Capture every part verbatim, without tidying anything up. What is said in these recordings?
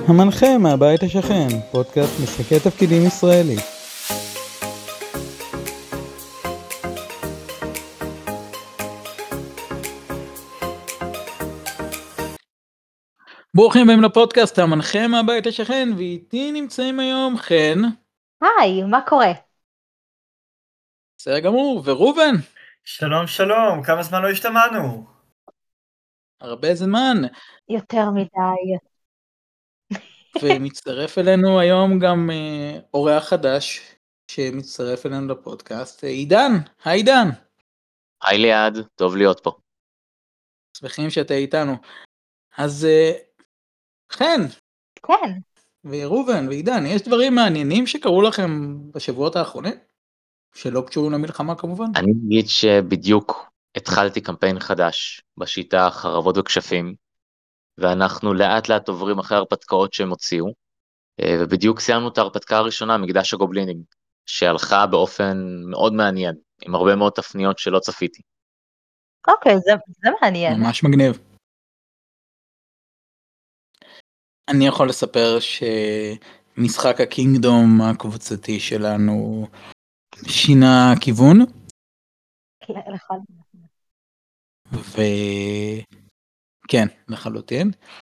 המנחה מהבית השכן, פודקאסט משחקי תפקידים ישראלי. ברוכים הבאים לפודקאסט המנחה מהבית השכן, ואיתי נמצאים היום חן. היי, מה קורה? בסדר גמור, ורובן. שלום שלום, כמה זמן לא השתמענו? הרבה זמן. יותר מדי. ומצטרף אלינו היום גם אה, אורח חדש שמצטרף אלינו לפודקאסט, עידן. היי עידן. היי ליעד, טוב להיות פה. שמחים שאתה איתנו. אז אה, חן. כן. ורובן ועידן, יש דברים מעניינים שקרו לכם בשבועות האחרונים? שלא קשורים למלחמה כמובן? אני אגיד שבדיוק התחלתי קמפיין חדש בשיטה חרבות וכשפים, ואנחנו לאט לאט עוברים אחרי הרפתקאות שהם הוציאו, ובדיוק סיימנו את ההרפתקה הראשונה, מקדש הגובלינים, שהלכה באופן מאוד מעניין, עם הרבה מאוד תפניות שלא צפיתי. אוקיי, זה, זה מעניין. ממש מגניב. אני יכול לספר שמשחק הקינגדום הקבוצתי שלנו שינה כיוון. לכל... וכן, לחלוטין.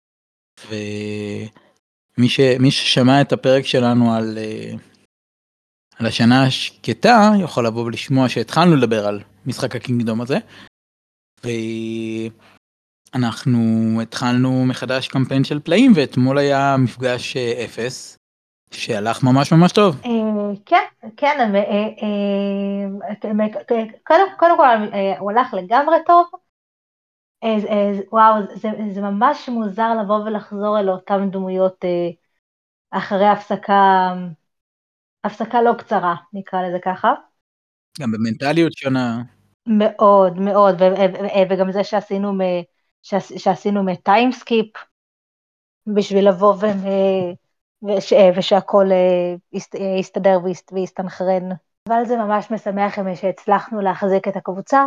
ומי ש... מי ששמע את הפרק שלנו על, על השנה השקטה, יכול לבוא ולשמוע שהתחלנו לדבר על משחק הקינגדום הזה. ואנחנו התחלנו מחדש קמפיין של פלאים, ואתמול היה מפגש אפס, שהלך ממש ממש טוב. כן, כן, קודם כל הוא הלך לגמרי טוב. וואו, זה ממש מוזר לבוא ולחזור אל אותם דמויות אחרי הפסקה, הפסקה לא קצרה, נקרא לזה ככה. גם במנטליות שונה. מאוד, מאוד, וגם זה שעשינו שעשינו מטיימסקיפ, בשביל לבוא ו... וש... ושהכל יסתדר ויסתנכרן. אבל זה ממש משמח שהצלחנו להחזיק את הקבוצה,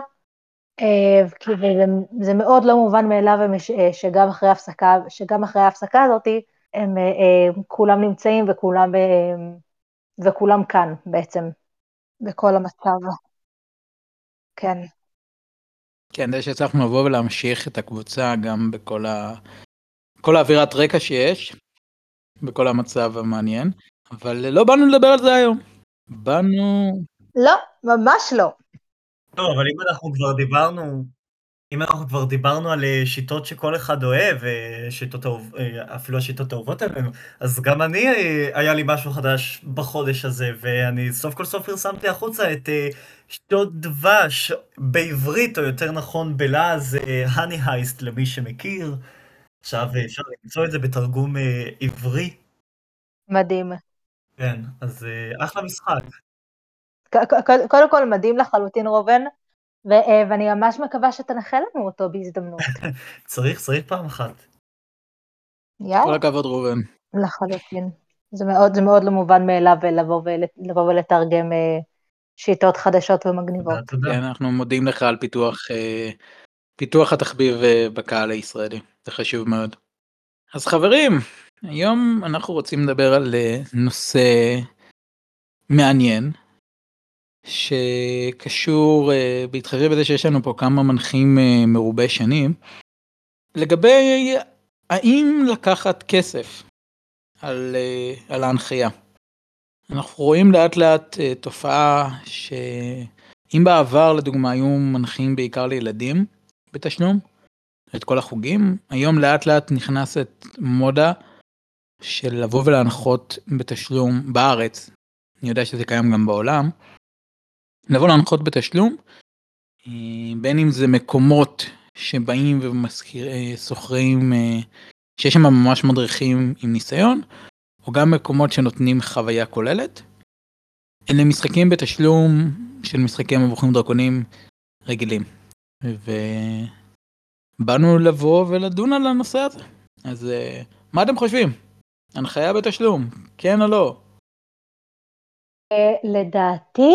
וזה מאוד לא מובן מאליו שגם אחרי ההפסקה, שגם אחרי ההפסקה הזאת, הם כולם נמצאים וכולם, וכולם כאן בעצם, בכל המצב. כן. כן, זה שהצלחנו לבוא ולהמשיך את הקבוצה גם בכל ה... כל האווירת רקע שיש, בכל המצב המעניין, אבל לא באנו לדבר על זה היום. באנו... לא, ממש לא. טוב, אבל אם אנחנו כבר דיברנו, אם אנחנו כבר דיברנו על שיטות שכל אחד אוהב, שיטות, אפילו השיטות האהובות עלינו, אז גם אני, היה לי משהו חדש בחודש הזה, ואני סוף כל סוף פרסמתי החוצה את שיטות דבש בעברית, או יותר נכון בלעז, הני הייסט למי שמכיר. עכשיו אפשר למצוא את זה בתרגום עברי. מדהים. כן, אז אחלה משחק. קודם כל מדהים לחלוטין רובן, ואני ממש מקווה שתנחה לנו אותו בהזדמנות. צריך, צריך פעם אחת. יאללה. כל הכבוד רובן. לחלוטין. זה מאוד, זה מאוד לא מובן מאליו לבוא ולתרגם שיטות חדשות ומגניבות. תודה, תודה. כן, אנחנו מודים לך על פיתוח, פיתוח התחביב בקהל הישראלי. זה חשוב מאוד. אז חברים, היום אנחנו רוצים לדבר על נושא מעניין, שקשור בהתחשב בזה שיש לנו פה כמה מנחים מרובי שנים, לגבי האם לקחת כסף על, על ההנחיה. אנחנו רואים לאט לאט תופעה שאם בעבר לדוגמה היו מנחים בעיקר לילדים בתשלום, את כל החוגים, היום לאט לאט נכנסת מודה של לבוא ולהנחות בתשלום בארץ, אני יודע שזה קיים גם בעולם, לבוא להנחות בתשלום, בין אם זה מקומות שבאים וסוחרים, שיש שם ממש מדריכים עם ניסיון, או גם מקומות שנותנים חוויה כוללת. אלה משחקים בתשלום של משחקי מבוכים דרקונים רגילים. ובאנו לבוא ולדון על הנושא הזה. אז מה אתם חושבים? הנחיה בתשלום, כן או לא? לדעתי,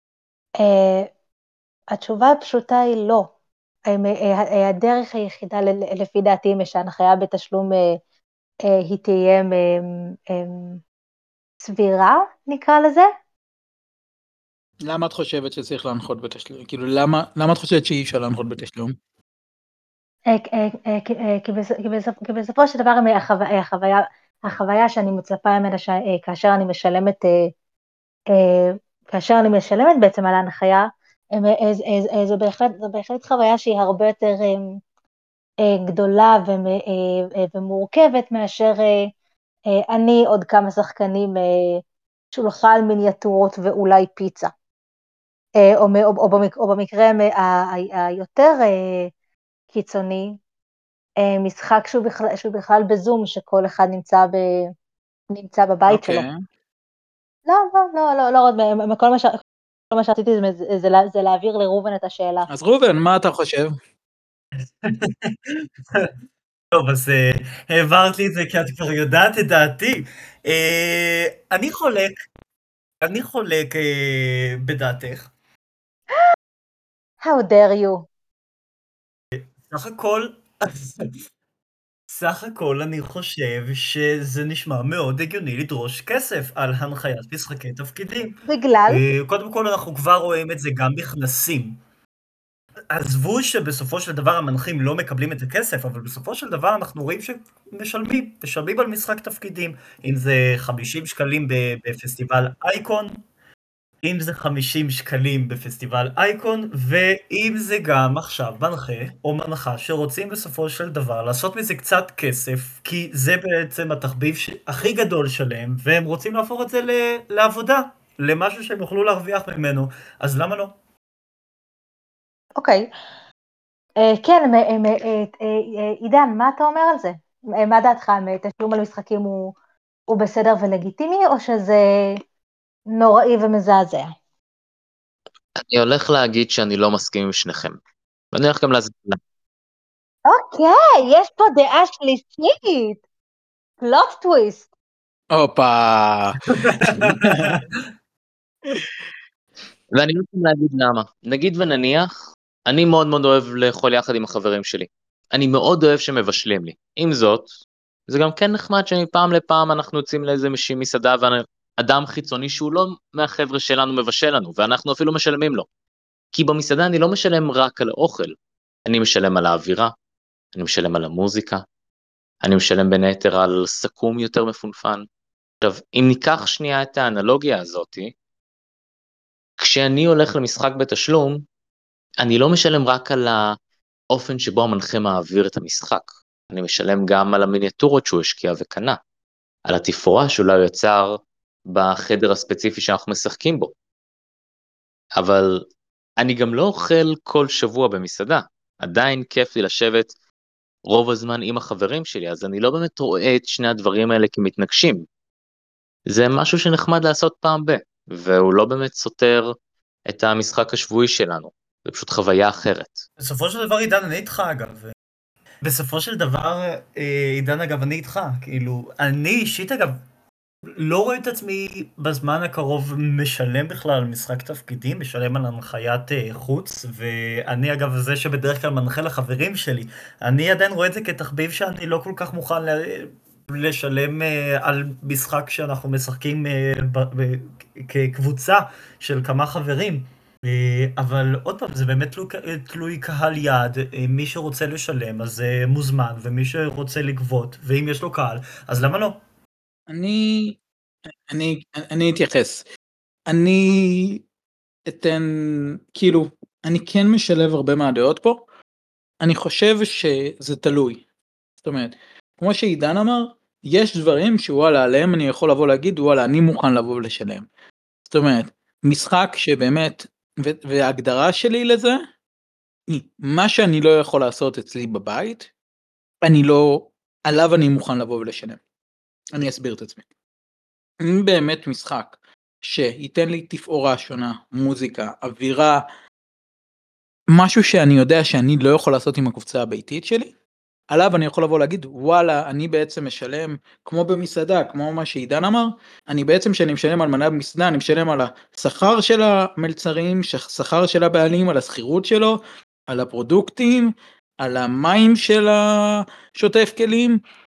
התשובה הפשוטה היא לא. הדרך היחידה לפי דעתי שההנחיה בתשלום אה, היא תהיה מ- אמ, סבירה, נקרא לזה. למה את חושבת שצריך להנחות בתשלום? כאילו, למה, למה את חושבת שאי אפשר להנחות בתשלום? אה, אה, אה, כי אה, כי בס- כי בסופ- כי בסופו של דבר אה, החו- אה, החוויה, החוויה שאני מצפה ממנה ש- אה, כאשר אני משלמת, אה, אה, כאשר אני משלמת בעצם על ההנחיה, הם, אה, אה, אה, אה, זו בהחלט, זו בהחלט חוויה שהיא הרבה יותר אה, אה, גדולה ומ- אה, אה, ומורכבת מאשר אה, אה, אני עוד כמה שחקנים, אה, שולחן מיניאטורות ואולי פיצה. אה, או, מ- או, או, במק, או במקרה מ- ה- ה- היותר אה, קיצוני, אה, משחק שהוא בכלל, שהוא בכלל בזום, שכל אחד נמצא, ב, נמצא בבית שלו. אוקיי. לא, לא, לא, לא, לא עוד, מ- כל מה ש- כל מה שרציתי זה, זה, זה, לה- זה להעביר לראובן את השאלה. אז ראובן, מה אתה חושב? טוב, אז אה, העברת לי את זה כי את כבר יודעת את דעתי. אה, אני חולק, אני חולק אה, בדעתך. How dare you? סך הכל, סך הכל אני חושב שזה נשמע מאוד הגיוני לדרוש כסף על הנחיית משחקי תפקידים. בגלל, אה, קודם כל אנחנו כבר רואים את זה גם בכנסים. עזבו שבסופו של דבר המנחים לא מקבלים את הכסף, אבל בסופו של דבר אנחנו רואים שמשלמים, משלמים על משחק תפקידים, אם זה חמישים שקלים ב- בפסטיבל אייקון, אם זה חמישים שקלים בפסטיבל אייקון, ואם זה גם עכשיו מנחה או מנחה שרוצים בסופו של דבר לעשות מזה קצת כסף, כי זה בעצם התחביב ש- הכי גדול שלהם, והם רוצים להפוך את זה ל- לעבודה, למשהו שהם יוכלו להרוויח ממנו, אז למה לא? אוקיי. אה, כן, מ- אה, מ- אה, אה, אה, עידן, מה אתה אומר על זה? אה, מה דעתך? אה, תשלום על משחקים הוא, הוא בסדר ולגיטימי, או שזה נוראי ומזעזע? אני הולך להגיד שאני לא מסכים עם שניכם. ואני הולך גם להסביר למה. אוקיי, יש פה דעה שלישית. פלוט טוויסט. הופה. ואני הולך גם להגיד למה. נגיד ונניח, אני מאוד מאוד אוהב לאכול יחד עם החברים שלי. אני מאוד אוהב שמבשלים לי. עם זאת, זה גם כן נחמד שמפעם לפעם אנחנו יוצאים לאיזה משי מסעדה ואדם חיצוני שהוא לא מהחבר'ה שלנו מבשל לנו, ואנחנו אפילו משלמים לו. כי במסעדה אני לא משלם רק על האוכל, אני משלם על האווירה, אני משלם על המוזיקה, אני משלם בין היתר על סכו"ם יותר מפונפן. עכשיו, אם ניקח שנייה את האנלוגיה הזאת, כשאני הולך למשחק בתשלום, אני לא משלם רק על האופן שבו המנחה מעביר את המשחק, אני משלם גם על המיניאטורות שהוא השקיע וקנה, על התפאורה שאולי הוא יצר בחדר הספציפי שאנחנו משחקים בו. אבל אני גם לא אוכל כל שבוע במסעדה, עדיין כיף לי לשבת רוב הזמן עם החברים שלי, אז אני לא באמת רואה את שני הדברים האלה כמתנגשים. זה משהו שנחמד לעשות פעם ב, והוא לא באמת סותר את המשחק השבועי שלנו, זה פשוט חוויה אחרת. בסופו של דבר, עידן, אני איתך אגב. בסופו של דבר, אה, עידן, אגב, אני איתך. כאילו, אני אישית, אגב, לא רואה את עצמי בזמן הקרוב משלם בכלל על משחק תפקידים, משלם על הנחיית אה, חוץ, ואני, אגב, זה שבדרך כלל מנחה לחברים שלי. אני עדיין רואה את זה כתחביב שאני לא כל כך מוכן ל- לשלם אה, על משחק שאנחנו משחקים אה, ב- ב- כקבוצה של כמה חברים. אה, אבל עוד פעם, זה באמת תלוי, תלוי קהל יעד, אה, מי שרוצה לשלם אז אה, מוזמן, ומי שרוצה לגבות, ואם יש לו קהל, אז למה לא? אני, אני, אני אתייחס. אני אתן, כאילו, אני כן משלב הרבה מהדעות פה. אני חושב שזה תלוי. זאת אומרת, כמו שעידן אמר, יש דברים שוואלה, עליהם אני יכול לבוא להגיד, וואלה, אני מוכן לבוא ולשלם. זאת אומרת, משחק שבאמת, ו- וההגדרה שלי לזה, היא, מה שאני לא יכול לעשות אצלי בבית, אני לא, עליו אני מוכן לבוא ולשלם. אני אסביר את עצמי. אם באמת משחק שייתן לי תפאורה שונה, מוזיקה, אווירה, משהו שאני יודע שאני לא יכול לעשות עם הקבוצה הביתית שלי, עליו אני יכול לבוא להגיד, וואלה, אני בעצם משלם, כמו במסעדה, כמו מה שעידן אמר, אני בעצם שאני משלם על מנה במסעדה, אני משלם על השכר של המלצרים, שכר של הבעלים, על השכירות שלו, על הפרודוקטים, על המים של השוטף כלים,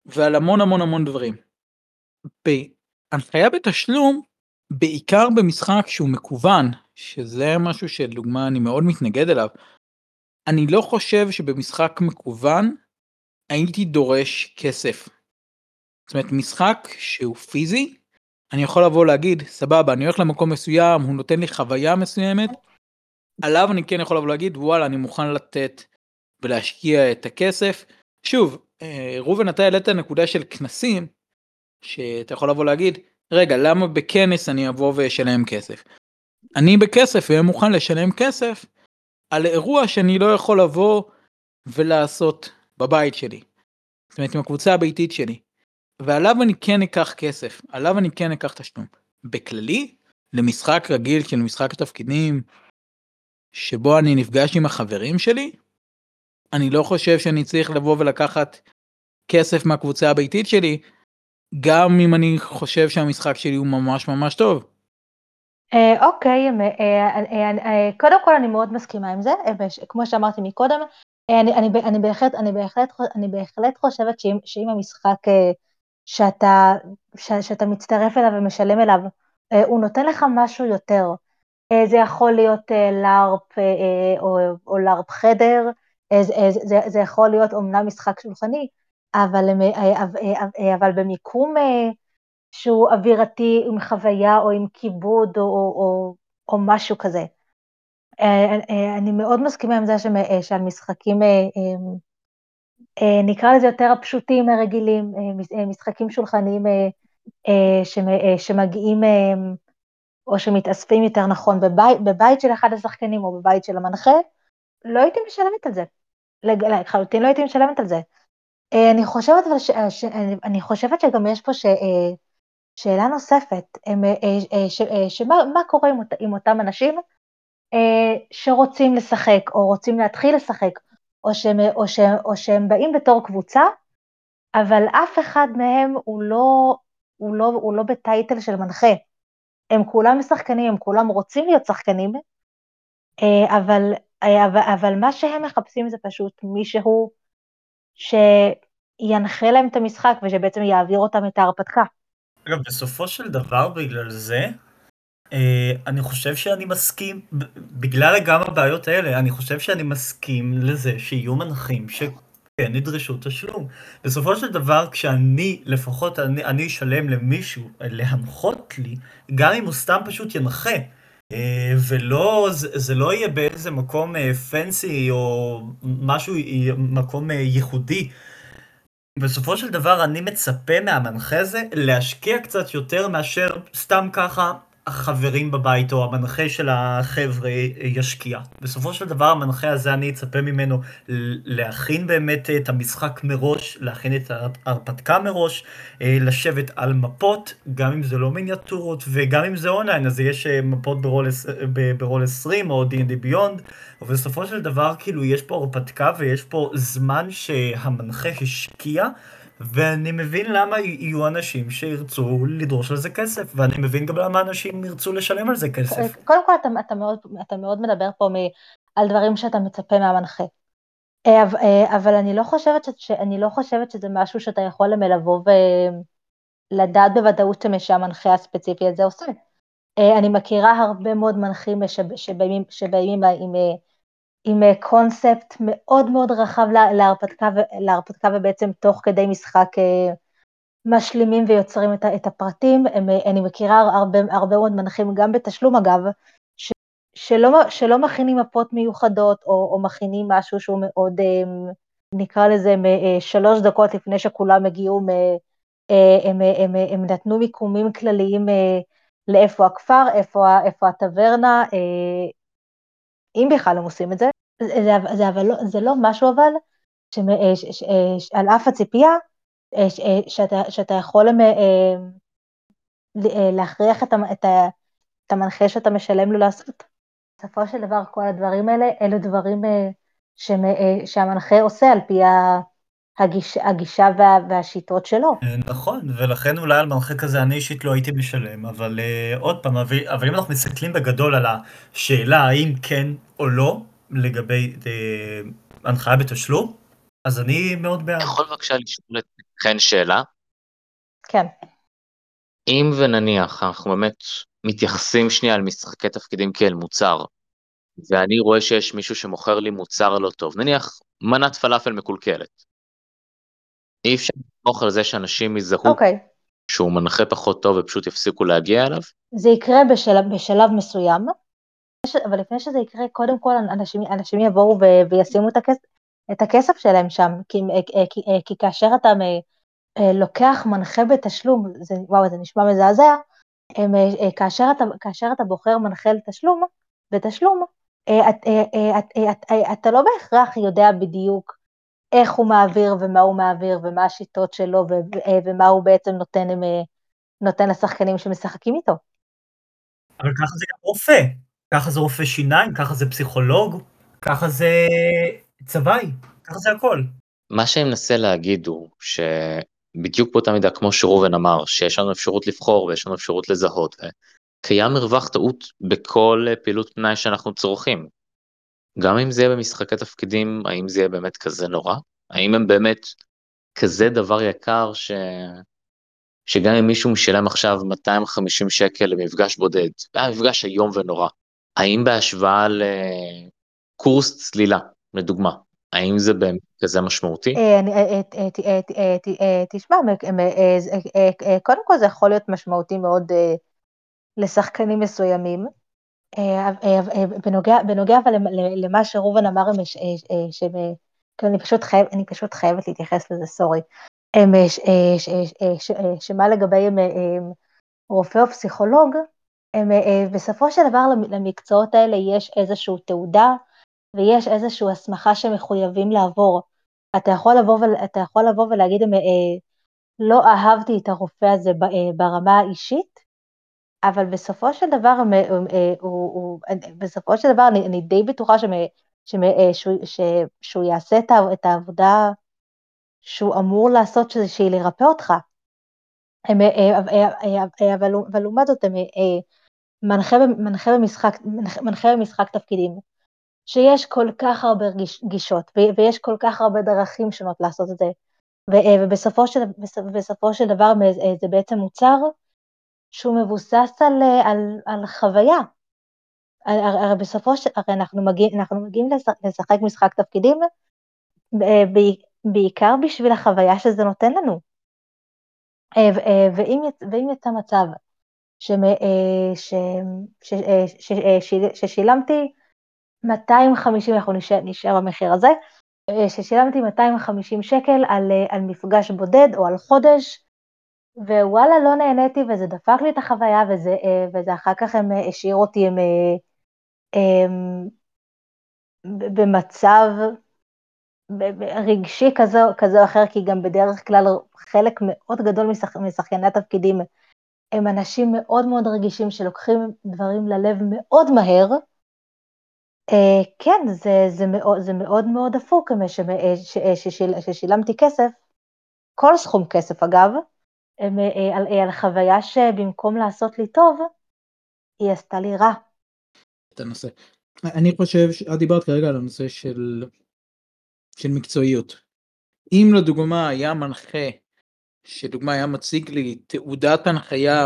ועל המון המון המון דברים. בהנחיה בתשלום, בעיקר במשחק שהוא מקוון, שזה משהו שלדוגמה אני מאוד מתנגד אליו, אני לא חושב שבמשחק מקוון הייתי דורש כסף. זאת אומרת, משחק שהוא פיזי, אני יכול לבוא להגיד, סבבה, אני הולך למקום מסוים, הוא נותן לי חוויה מסוימת, עליו אני כן יכול לבוא להגיד, וואלה, אני מוכן לתת ולהשקיע את הכסף. שוב, רובן, אתה העלית נקודה של כנסים, שאתה יכול לבוא להגיד, רגע, למה בכנס אני אבוא וישלם כסף? אני בכסף ואני מוכן לשלם כסף על אירוע שאני לא יכול לבוא ולעשות בבית שלי. זאת אומרת, עם הקבוצה הביתית שלי. ועליו אני כן אקח כסף, עליו אני כן אקח תשלום. בכללי, למשחק רגיל של משחק תפקידים, שבו אני נפגש עם החברים שלי, אני לא חושב שאני צריך לבוא ולקחת כסף מהקבוצה הביתית שלי, גם אם אני חושב שהמשחק שלי הוא ממש ממש טוב. אוקיי, קודם כל אני מאוד מסכימה עם זה, כמו שאמרתי מקודם, אני, אני, אני בהחלט, אני בהחלט, אני בהחלט חושבת שאם, שאם המשחק שאתה, ש, שאתה מצטרף אליו ומשלם אליו, הוא נותן לך משהו יותר. זה יכול להיות לארפ או, או לארפ חדר, זה, זה, זה יכול להיות אומנם משחק שולחני, אבל, אבל במיקום שהוא אווירתי עם חוויה או עם כיבוד או, או, או, או משהו כזה. אני מאוד מסכימה עם זה שעל משחקים, נקרא לזה יותר הפשוטים הרגילים, משחקים שולחניים שמגיעים או שמתאספים יותר נכון בבית, בבית של אחד השחקנים או בבית של המנחה, לא הייתי משלמת על זה. לחלוטין לא הייתי משלמת על זה. אני חושבת, אני חושבת שגם יש פה ש... שאלה נוספת, שמה קורה עם אותם אנשים שרוצים לשחק, או רוצים להתחיל לשחק, או שהם, או שהם, או שהם באים בתור קבוצה, אבל אף אחד מהם הוא לא, הוא לא, הוא לא בטייטל של מנחה. הם כולם שחקנים, הם כולם רוצים להיות שחקנים, אבל, אבל, אבל מה שהם מחפשים זה פשוט מישהו שינחה להם את המשחק, ושבעצם יעביר אותם את ההרפתקה. אגב, בסופו של דבר, בגלל זה, אני חושב שאני מסכים, בגלל גם הבעיות האלה, אני חושב שאני מסכים לזה שיהיו מנחים שכן ידרשו תשלום. בסופו של דבר, כשאני, לפחות אני, אני אשלם למישהו להנחות לי, גם אם הוא סתם פשוט ינחה, ולא, זה, זה לא יהיה באיזה מקום פנסי או משהו, מקום ייחודי. בסופו של דבר אני מצפה מהמנחה הזה להשקיע קצת יותר מאשר סתם ככה החברים בבית או המנחה של החבר'ה ישקיע. בסופו של דבר המנחה הזה אני אצפה ממנו להכין באמת את המשחק מראש, להכין את ההרפתקה מראש, לשבת על מפות, גם אם זה לא מיניאטורות וגם אם זה אונליין, אז יש מפות ברול, ברול עשרים או די אנד די Beyond, ובסופו של דבר כאילו יש פה הרפתקה ויש פה זמן שהמנחה השקיע, ואני מבין למה יהיו אנשים שירצו לדרוש על זה כסף, ואני מבין גם למה אנשים ירצו לשלם על זה כסף. קודם כל, אתה, אתה, מאוד, אתה מאוד מדבר פה מ, על דברים שאתה מצפה מהמנחה. אבל אני לא חושבת, ש, אני לא חושבת שזה משהו שאתה יכול למלבוא ולדעת בוודאות שהמנחה הספציפי הזה עושה. אני מכירה הרבה מאוד מנחים שבאים, שבאים עם, עם קונספט מאוד מאוד רחב להרפתקה, להרפתקה ובעצם תוך כדי משחק משלימים ויוצרים את, את הפרטים. אני מכירה הרבה, הרבה מאוד מנחים, גם בתשלום אגב, ש, שלא, שלא מכינים מפות מיוחדות, או, או מכינים משהו שהוא מאוד, נקרא לזה, שלוש דקות לפני שכולם הגיעו, הם, הם, הם נתנו מיקומים כלליים לאיפה הכפר, איפה, איפה הטברנה, אם בכלל הם עושים את זה. זה, זה, אבל לא, זה לא משהו אבל, ש, ש, ש, ש, על אף הציפייה, ש, שאתה, שאתה יכול להכריח את, את, את המנחה שאתה משלם לו לעשות. בסופו של דבר, כל הדברים האלה, אלו דברים ש, שהמנחה עושה על פי הגיש, הגישה וה, והשיטות שלו. נכון, ולכן אולי על מנחה כזה אני אישית לא הייתי משלם, אבל uh, עוד פעם, אבל, אבל אם אנחנו מסתכלים בגדול על השאלה האם כן או לא, לגבי uh, הנחיה בתשלום, אז אני מאוד בעד. יכול בבקשה לשאול את לכן שאלה, כן. אם ונניח אנחנו באמת מתייחסים שנייה על משחקי תפקידים כאל מוצר, ואני רואה שיש מישהו שמוכר לי מוצר לא טוב, נניח מנת פלאפל מקולקלת, אי אפשר לסמוך על זה שאנשים יזהו אוקיי. שהוא מנחה פחות טוב ופשוט יפסיקו להגיע אליו? זה יקרה בשלב, בשלב מסוים, אבל לפני שזה יקרה, קודם כל אנשים, אנשים יבואו ו- וישימו את הכסף, את הכסף שלהם שם, כי, כי, כי כאשר אתה לוקח מנחה בתשלום, זה, וואו, זה נשמע מזעזע, הם, כאשר אתה, כאשר אתה בוחר מנחה לתשלום, בתשלום, את, את, את, את, אתה לא בהכרח יודע בדיוק איך הוא מעביר ומה הוא מעביר ומה השיטות שלו ומה הוא בעצם נותן, נותן לשחקנים שמשחקים איתו. אבל ככה זה גם רופא, ככה זה רופא שיניים, ככה זה פסיכולוג, ככה זה צבאי, ככה זה הכל. מה שאני מנסה להגיד הוא שבדיוק באותה מידה כמו שראובן אמר, שיש לנו אפשרות לבחור ויש לנו אפשרות לזהות, קיים מרווח טעות בכל פעילות פנאי שאנחנו צורכים. גם אם זה יהיה במשחקי תפקידים, האם זה יהיה באמת כזה נורא? האם הם באמת כזה דבר יקר ש... שגם אם מישהו משלם עכשיו מאתיים וחמישים שקל למפגש בודד, היה מפגש איום ונורא, האם בהשוואה לקורס צלילה, לדוגמה, האם זה באמת כזה משמעותי? תשמע, קודם כל זה יכול להיות משמעותי מאוד לשחקנים מסוימים, בנוגע, בנוגע אבל למה שראובן אמר, אני פשוט חייב, אני פשוט חייבת להתייחס לזה, סורי, שמה לגבי רופא או פסיכולוג, בסופו של דבר למקצועות האלה יש איזשהו תעודה, ויש איזשהו הסמכה שמחויבים לעבור. אתה יכול לבוא, אתה יכול לבוא ולהגיד, לא אהבתי את הרופא הזה ברמה האישית, אבל בסופו של דבר, בסופו של דבר אני, אני די בטוחה שהוא יעשה את העבודה שהוא אמור לעשות, שהיא לרפא אותך. אבל לעומת זאת, מנחה במשחק תפקידים, שיש כל כך הרבה גישות, ויש כל כך הרבה דרכים שונות לעשות את זה, ובסופו של, בסופו של דבר זה בעצם מוצר שהוא מבוסס על, על, על חוויה. הרי בסופו של, הרי אנחנו מגיעים, אנחנו מגיעים לשחק משחק תפקידים, בעיקר בשביל החוויה שזה נותן לנו. ואם, ואם יצא מצב ששילמתי מאתיים וחמישים, אנחנו נשאר במחיר הזה, ששילמתי מאתיים וחמישים שקל על, על מפגש בודד או על חודש, ווואלה לא נהניתי וזה דפק לי את החוויה, וזה, וזה אחר כך הם השאיר אותי הם, הם, במצב רגשי כזה, כזה או אחר, כי גם בדרך כלל חלק מאוד גדול משח, משחקני התפקידים הם אנשים מאוד מאוד רגישים שלוקחים דברים ללב מאוד מהר, כן, זה, זה, מאוד, זה מאוד מאוד דפוק, ששילמתי כסף, כל סכום כסף אגב, על, על חוויה שבמקום לעשות לי טוב, היא עשתה לי רע. את הנושא. אני חושב, את דיברת כרגע על הנושא של, של מקצועיות. אם לדוגמה היה מנחה, שדוגמה היה מציג לי תעודת הנחיה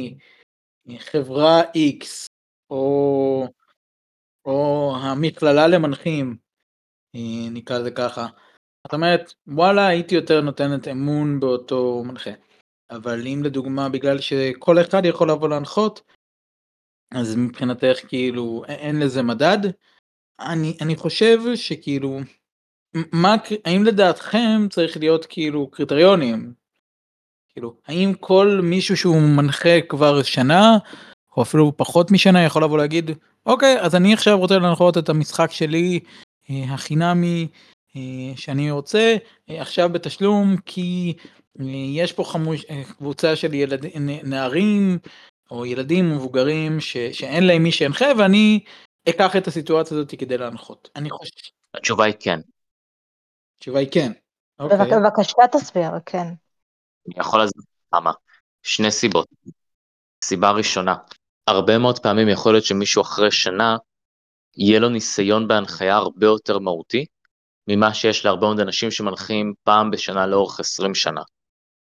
מחברה X, או, או המכללה למנחים, נקרא לזה ככה, זאת אומרת, וואלה, הייתי יותר נותנת אמון באותו מנחה. אבל אם לדוגמה, בגלל שכל אחד יכול לבוא להנחות, אז מבחינתך כאילו אין לזה מדד, אני, אני חושב שכאילו, מה, האם לדעתכם צריך להיות כאילו קריטריונים? כאילו, האם כל מישהו שהוא מנחה כבר שנה, או אפילו פחות משנה, יכול לבוא להגיד, אוקיי, אז אני עכשיו רוצה להנחות את המשחק שלי, החינמי, שאני רוצה, עכשיו בתשלום, כי יש פה חמוש, קבוצה של ילד, נערים, או ילדים מבוגרים, ש, שאין להם מי שינחה, ואני אקח את הסיטואציה הזאת כדי להנחות. אני חושב... התשובה היא כן. התשובה היא כן. בבקשה תסביר, כן. אני יכול להסביר כמה. שני סיבות. סיבה ראשונה, הרבה מאוד פעמים יכול להיות שמישהו אחרי שנה, יהיה לו ניסיון בהנחיה הרבה יותר מהותי, ממה שיש להרבה מאוד אנשים שמנחים פעם בשנה לאורך עשרים שנה.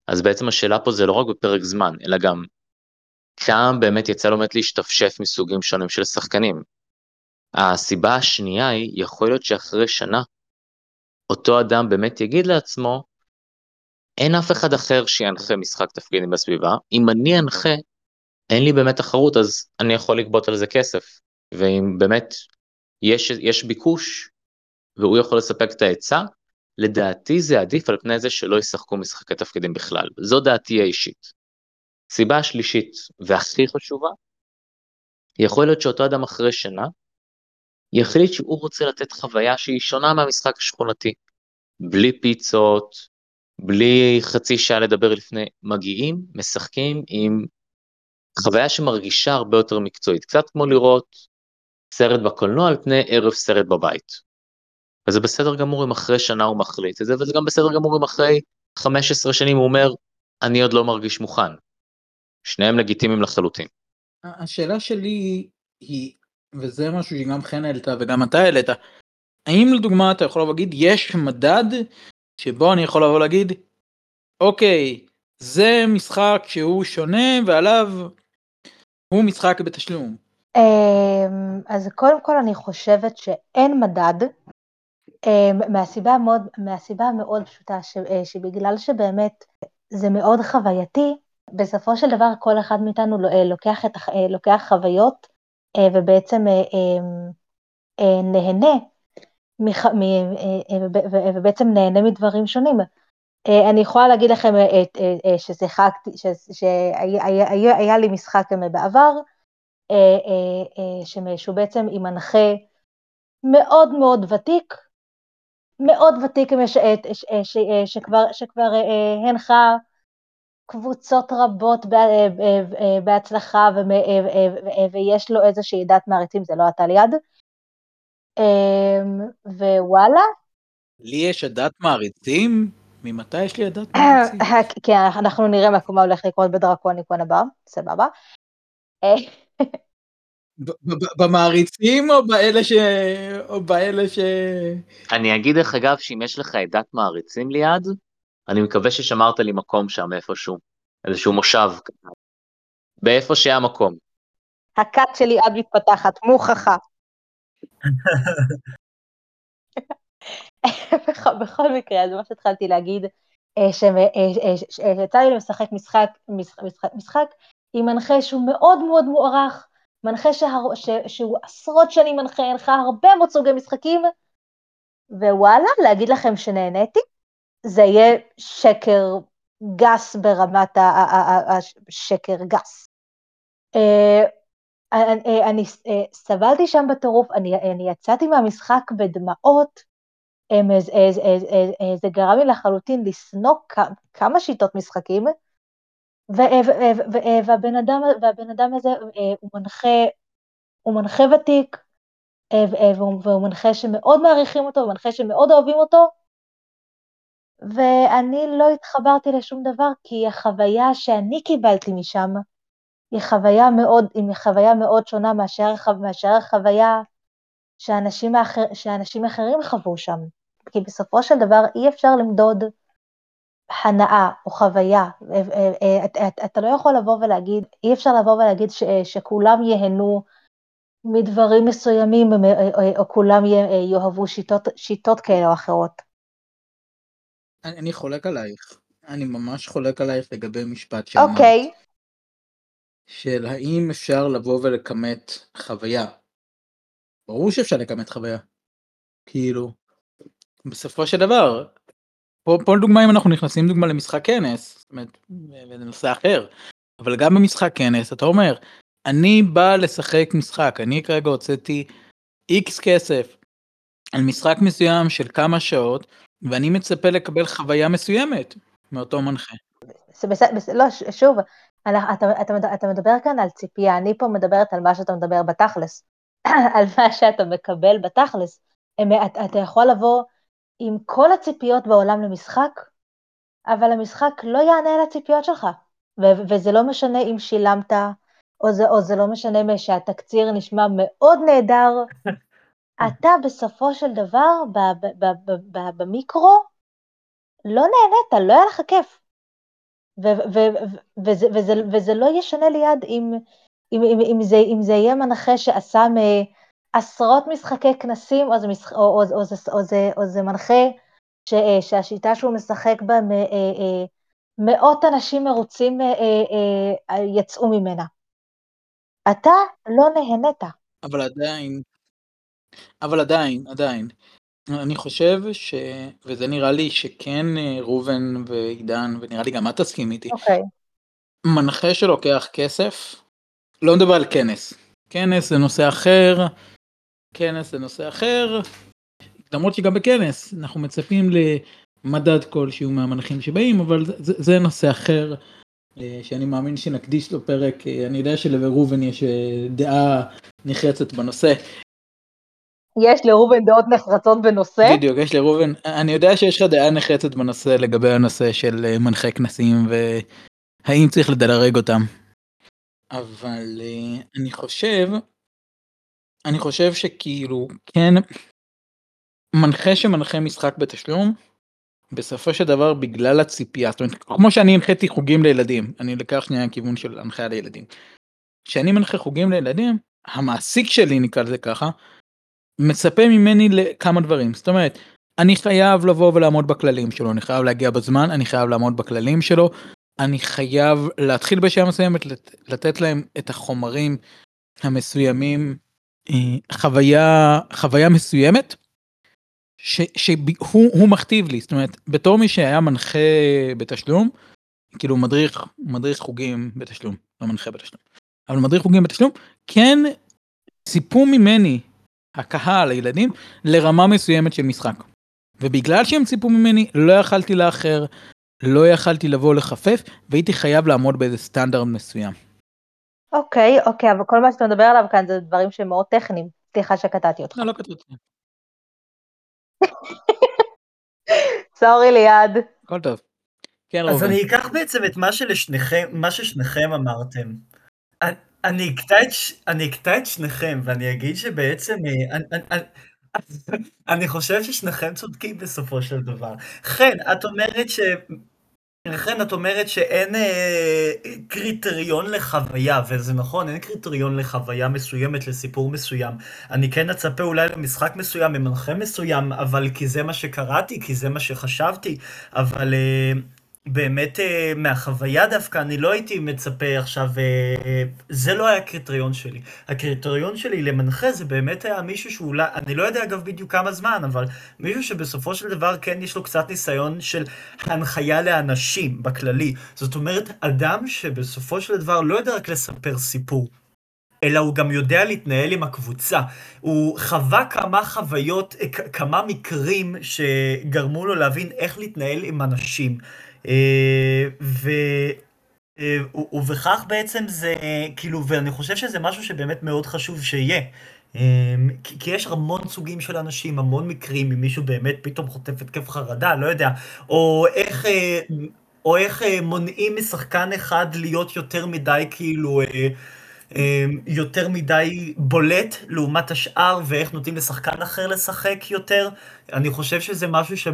אז בעצם השאלה פה זה לא רק בפרק זמן, אלא גם כמה באמת יצא לו באמת להשתפשף מסוגים שונים של שחקנים. הסיבה השנייה היא, יכול להיות שאחרי שנה, אותו אדם באמת יגיד לעצמו, אין אף אחד אחר שינחה משחק תפקידים בסביבה, אם אני אנחה, אין לי באמת תחרות, אז אני יכול לגבות על זה כסף, ואם באמת יש, יש ביקוש, והוא יכול לספק את ההיצע, לדעתי זה עדיף על פני זה שלא ישחקו משחקי תפקידים בכלל, זו דעתי האישית. סיבה השלישית, והכי חשובה, יכול להיות שאותו אדם אחרי שנה, יחליט שהוא רוצה לתת חוויה שהיא שונה מהמשחק השכונתי, בלי פיצות, בלי חצי שעה לדבר לפני, מגיעים, משחקים עם חוויה שמרגישה הרבה יותר מקצועית, קצת כמו לראות סרט בקולנוע על פני ערב סרט בבית. וזה בסדר גמור אם אחרי שנה הוא מחליט את זה, וזה גם בסדר גמור אם אחרי חמש עשרה שנים הוא אומר, אני עוד לא מרגיש מוכן. שניהם לגיטימיים לחלוטין. השאלה שלי היא, וזה משהו שגם חן העלתה וגם אתה העלית, האם לדוגמה אתה יכול להגיד, יש מדד שבו אני יכול לבוא להגיד, אוקיי, זה משחק שהוא שונה ועליו הוא משחק בתשלום. אז קודם כל אני חושבת שאין מדד, מהסיבה מאוד, מהסיבה המאוד פשוטה, שבגלל שבאמת זה מאוד חווייתי, בסופו של דבר כל אחד מאיתנו לוקח, את, לוקח חוויות ובעצם נהנה, ובעצם נהנה מדברים שונים. אני יכולה להגיד לכם ששיחקתי, שהיה לי משחק בעבר, שהוא בעצם עם מנחה מאוד מאוד ותיק, מאוד ותיק שכבר, שכבר הנחה קבוצות רבות בהצלחה, ויש לו איזושהי דת מעריצים, זה לא עתה ליד, ווואלה. לי יש עדת מעריצים? ממתי יש לי עדת מעריצים? כי אנחנו נראה מה הולך לקרות בדרקוניקון הבא, סבבה. במעריצים או באלה ש... או באלה ש... אני אגיד לך אגב שאם יש לך עדת מעריצים ליד, אני מקווה ששמרת לי מקום שם איפשהו, איזשהו מושב, באיפה שהיה מקום. הכת שלי עד מתפתחת, מוכחה. בכל מקרה, אז מה שהתחלתי להגיד, שיצא לי לשחק משחק, משחק עם מנחה שהוא מאוד מאוד מוערך, מנחה שהוא עשרות שנים מנחה, הנחה הרבה מאוד סוגי משחקים, ווואלה, להגיד לכם שנהניתי, זה יהיה שקר גס ברמת השקר גס. אני סבלתי שם בטירוף, אני יצאתי מהמשחק בדמעות, זה גרם לי לחלוטין לשנוא כמה שיטות משחקים, והבן אדם הזה הוא מנחה, הוא מנחה ותיק, והוא מנחה שמאוד מעריכים אותו, הוא מנחה שמאוד אוהבים אותו, ואני לא התחברתי לשום דבר, כי החוויה שאני קיבלתי משם, היא חוויה מאוד, היא חוויה מאוד שונה מאשר, מאשר החוויה שאנשים, האחר, שאנשים אחרים חוו שם. כי בסופו של דבר אי אפשר למדוד הנאה או חוויה. אתה לא יכול לבוא ולהגיד, אי אפשר לבוא ולהגיד ש, שכולם יהנו מדברים מסוימים, או כולם יאהבו שיטות, שיטות כאלה או אחרות. אני, אני חולק עלייך. אני ממש חולק עלייך לגבי משפט שאמרת. אוקיי. של האם אפשר לבוא ולכמת חוויה. ברור שאפשר לכמת חוויה. כאילו, בסופו של דבר, פה, פה לדוגמה אם אנחנו נכנסים דוגמה למשחק כנס, זאת אומרת, בנושא אחר, אבל גם במשחק כנס, אתה אומר, אני בא לשחק משחק, אני כרגע הוצאתי איקס כסף על משחק מסוים של כמה שעות, ואני מצפה לקבל חוויה מסוימת מאותו מנחה. לא, שוב, אתה, אתה, אתה מדבר כאן על ציפייה, אני פה מדברת על מה שאתה מדבר בתכלס, על מה שאתה מקבל בתכלס. אתה, אתה יכול לבוא עם כל הציפיות בעולם למשחק, אבל המשחק לא יענה על הציפיות שלך, ו- וזה לא משנה אם שילמת, או זה, או זה לא משנה שהתקציר נשמע מאוד נהדר, אתה בסופו של דבר, ב- ב- ב- ב- במיקרו, לא נהנית, לא היה לך כיף. ו- ו- ו- וזה, וזה, וזה לא ישנה ליד אם, אם, אם, אם, זה, אם זה יהיה מנחה שעשה עשרות משחקי כנסים, או זה, משח, או, או, או, זה, או, זה, או זה מנחה ש, שהשיטה שהוא משחק בה, מאות אנשים מרוצים יצאו ממנה. אתה לא נהנית. אבל עדיין, אבל עדיין, עדיין. אני חושב ש... וזה נראה לי שכן רובן ועידן, ונראה לי גם את תסכים איתי, אוקיי. מנחה שלוקח כסף, לא מדבר על כנס. כנס זה נושא אחר, כנס זה נושא אחר, למרות שגם בכנס אנחנו מצפים למדד כלשהו מהמנחים שבאים, אבל זה, זה נושא אחר, שאני מאמין שנקדיש לו פרק. אני יודע שלרובן יש דעה נחרצת בנושא. יש לרובן דעות נחרצות בנושא? בדיוק, יש לרובן, אני יודע שיש לך דעה נחרצת בנושא לגבי הנושא של מנחי כנסים והאם צריך לדרג אותם. אבל אני חושב, אני חושב שכאילו, כן, מנחה שמנחה משחק בתשלום, בסופו של דבר בגלל הציפייה, זאת אומרת, כמו שאני הנחיתי חוגים לילדים, אני לקח שנייה הכיוון של הנחיה לילדים. כשאני מנחה חוגים לילדים, המעסיק שלי, נקרא לזה ככה, מצפה ממני לכמה דברים. זאת אומרת, אני חייב לבוא ולעמוד בכללים שלו, אני חייב להגיע בזמן, אני חייב לעמוד בכללים שלו, אני חייב להתחיל בשעה מסוימת, לתת להם את החומרים המסוימים, חוויה, חוויה מסוימת, שהוא מכתיב לי. זאת אומרת, בתור מי שהיה מנחה בתשלום, כאילו מדריך, מדריך חוגים בתשלום, לא מנחה בתשלום, אבל מדריך חוגים בתשלום, כן ציפו ממני, הקהל, הילדים, לרמה מסוימת של משחק. ובגלל שהם ציפו ממני, לא יכלתי לאחר, לא יכלתי לבוא לחפף, והייתי חייב לעמוד באיזה סטנדרט מסוים. אוקיי, אוקיי, אבל כל מה שאתה מדבר עליו כאן זה דברים שהם מאוד טכניים. סליחה שקטעתי אותך. לא, לא קטעתי. סורי ליד. הכל טוב. כן, אז רובן. אני אקח בעצם את מה שלשניכם, מה ששניכם אמרתם. אני- אני אקטע את ש- אני אקטע את שניכם, ואני אגיד שבעצם, אה, אני- אני- אני- אני חושב ששניכם צודקים בסופו של דבר. חן, את אומרת ש... לכן את אומרת שאין אה, קריטריון לחוויה, וזה נכון, אין קריטריון לחוויה מסוימת, לסיפור מסוים. אני כן אצפה אולי למשחק מסוים, ממנחה מסוים, אבל כי זה מה שקראתי, כי זה מה שחשבתי, אבל אה, באמת אה, מהחוויה דווקא אני לא הייתי מצפה עכשיו, אה, אה, זה לא היה הקריטריון שלי. הקריטריון שלי למנחה זה באמת היה מישהו שאולי, אני לא יודע אגב בדיוק כמה זמן, אבל מישהו שבסופו של דבר כן יש לו קצת ניסיון של הנחיה לאנשים בכללי. זאת אומרת, אדם שבסופו של דבר לא יודע רק לספר סיפור, אלא הוא גם יודע להתנהל עם הקבוצה. הוא חווה כמה חוויות, כמה מקרים שגרמו לו להבין איך להתנהל עם אנשים. ו... ובכך בעצם זה, כאילו, ואני חושב שזה משהו שבאמת מאוד חשוב שיהיה. כי, כי יש המון סוגים של אנשים, המון מקרים, אם מישהו באמת פתאום חוטף התקף חרדה, לא יודע, או איך, או איך מונעים משחקן אחד להיות יותר מדי, כאילו, יותר מדי בולט לעומת השאר, ואיך נותנים לשחקן אחר לשחק יותר. אני חושב שזה משהו ש...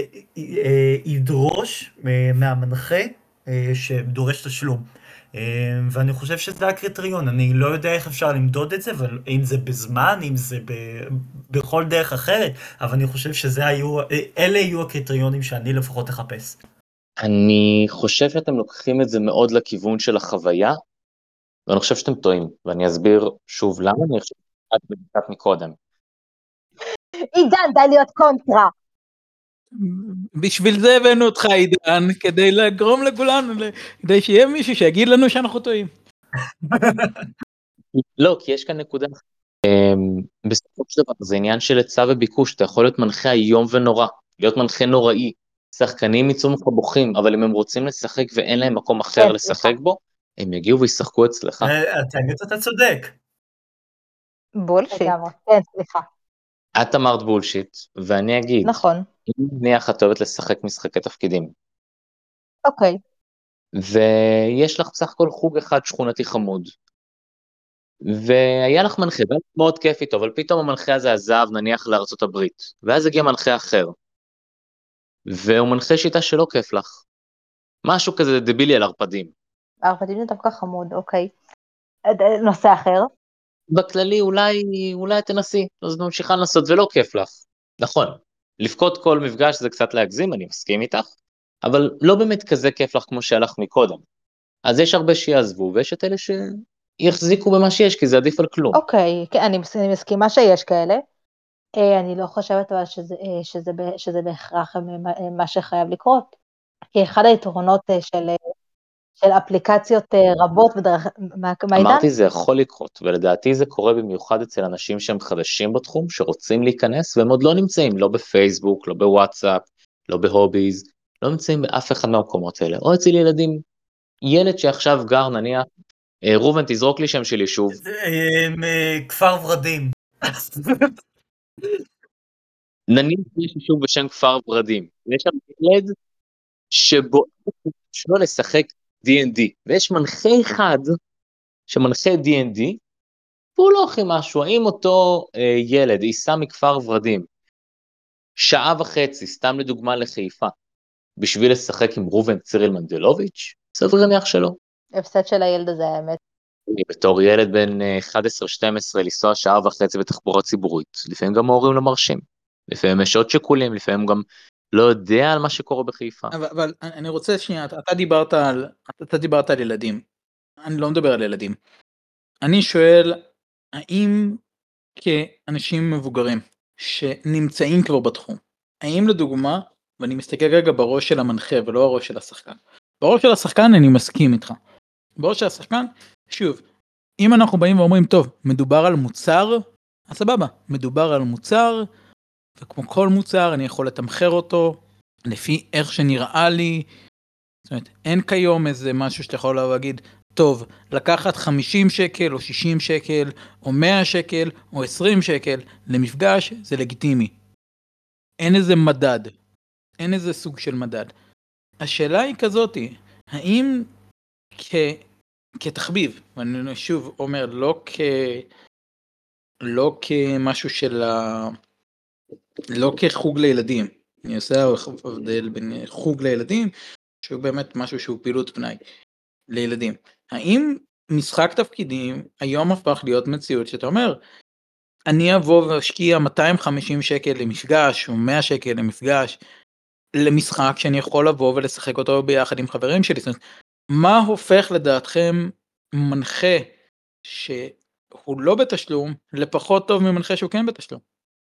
שידרוש מהמנחה, שדורש תשלום. ואני חושב שזה הקריטריון. אני לא יודע איך אפשר למדוד את זה, אם זה בזמן, אם זה ב... בכל דרך אחרת, אבל אני חושב שזה היו, אלה יהיו הקריטריונים שאני לפחות אחפש. אני חושב שאתם לוקחים את זה מאוד לכיוון של החוויה, ואני חושב שאתם טועים, ואני אסביר שוב למה. אני חושב שאת בדקת מקודם. עידן, די להיות קונטרה. בשביל זה הבאנו אותך, עידן, כדי לגרום לכולנו, כדי שיהיה מישהו שיגיד לנו שאנחנו טועים. לא, כי יש כאן נקודה. בסופו של דבר, זה עניין של היצע וביקוש. אתה יכול להיות מנחה איום ונורא, להיות מנחה נוראי. שחקנים יצאו ממך בוכים, אבל אם הם רוצים לשחק ואין להם מקום אחר לשחק בו, הם יגיעו וישחקו אצלך. האמת, אתה צודק. בולשיט. כן, סליחה. את אמרת בולשיט, ואני אגיד, נכון. אם נניח את אוהבת לשחק משחקי תפקידים, אוקיי. ויש לך בסך הכל חוג אחד שכונתי חמוד, והיה לך מנחה, מאוד כיף איתו, אבל פתאום המנחה הזה עזב נניח לארצות הברית, ואז הגיע מנחה אחר, והוא מנחה שיטה שלא כיף לך, משהו כזה דבילי על ערפדים. הערפדים זה דווקא חמוד, אוקיי. עד- עד- נושא אחר. בכללי אולי, אולי תנסי, אז ממשיכה לנסות ולא כיף לך. נכון, לבכות כל מפגש זה קצת להגזים, אני מסכים איתך, אבל לא באמת כזה כיף לך כמו שהלך מקודם. אז יש הרבה שיעזבו, ויש את אלה שיחזיקו במה שיש, כי זה עדיף על כלום. אוקיי, כן, אני מס- אני מסכימה שיש כאלה. אה, אני לא חושבת אבל שזה, אה, שזה, ב- שזה בהכרח אה, מה אה, מה שחייב לקרות. כי אחד היתרונות אה, של, אה, של אפליקציות אה, רבות בדרך, מה- מהעידן, אמרתי זה יכול לקרות, ולדעתי זה קורה במיוחד אצל אנשים שהם חדשים בתחום, שרוצים להיכנס, והם עוד לא נמצאים, לא בפייסבוק, לא בוואטסאפ, לא בהוביז, לא נמצאים באף אחד מהמקומות האלה, או אצל ילדים. ילד שעכשיו גר נניח, אה, ראובן תזרוק לי שם של יישוב, אה, מ- כפר ורדים. נניח יש יישוב בשם כפר ורדים, ויש שם ילד שבו שלא לשחק די אנד די, ויש מנחה אחד שמנחה די אנד די, והוא לא הכי משהו, האם אותו אה, ילד ייסע מכפר ורדים שעה וחצי, סתם לדוגמה לחיפה, בשביל לשחק עם ראובן ציריל מנדלוביץ'? סביר להניח שלא. הפסד של הילד הזה, האמת. אני בתור ילד בן אה, אחת עשרה שתים עשרה לנסוע שעה וחצי בתחבורה ציבורית, לפעמים גם ההורים לא מרשים, לפעמים יש עוד שיקולים, לפעמים גם לא יודע על מה שקורה בחיפה. אבל, אבל אני רוצה שנייה, אתה אתה דיברת על, אתה דיברת על ילדים. אני לא מדבר על ילדים. אני שואל, האם כאנשים מבוגרים שנמצאים כבר בתחום, האם לדוגמה, ואני מסתכל רגע בראש של המנחה ולא הראש של השחקן, בראש של השחקן אני מסכים איתך, בראש של השחקן, שוב, אם אנחנו באים ואומרים, טוב, מדובר על מוצר, אז סבבה, מדובר על מוצר, וכמו כל מוצר אני יכול לתמחר אותו, לפי איך שנראה לי, זאת אומרת, אין כיום איזה משהו שאתה יכול להגיד, טוב, לקחת חמישים שקל או שישים שקל או מאה שקל או עשרים שקל למפגש, זה לגיטימי. אין איזה מדד, אין איזה סוג של מדד. השאלה היא כזאת, האם כ... כתחביב, ואני שוב אומר, לא כ... לא כמשהו של ה... לא כחוג לילדים, אני עושה הבדל בין חוג לילדים, שהוא באמת משהו שהוא פעילות פנאי. לילדים. האם משחק תפקידים היום הפך להיות מציאות שאתה אומר, אני אבוא ואשקיע מאתיים וחמישים שקל למפגש או מאה שקל למפגש למשחק שאני יכול לבוא ולשחק אותו ביחד עם חברים שלי? זאת אומרת, מה הופך לדעתכם מנחה שהוא לא בתשלום לפחות טוב ממנחה שהוא כן בתשלום?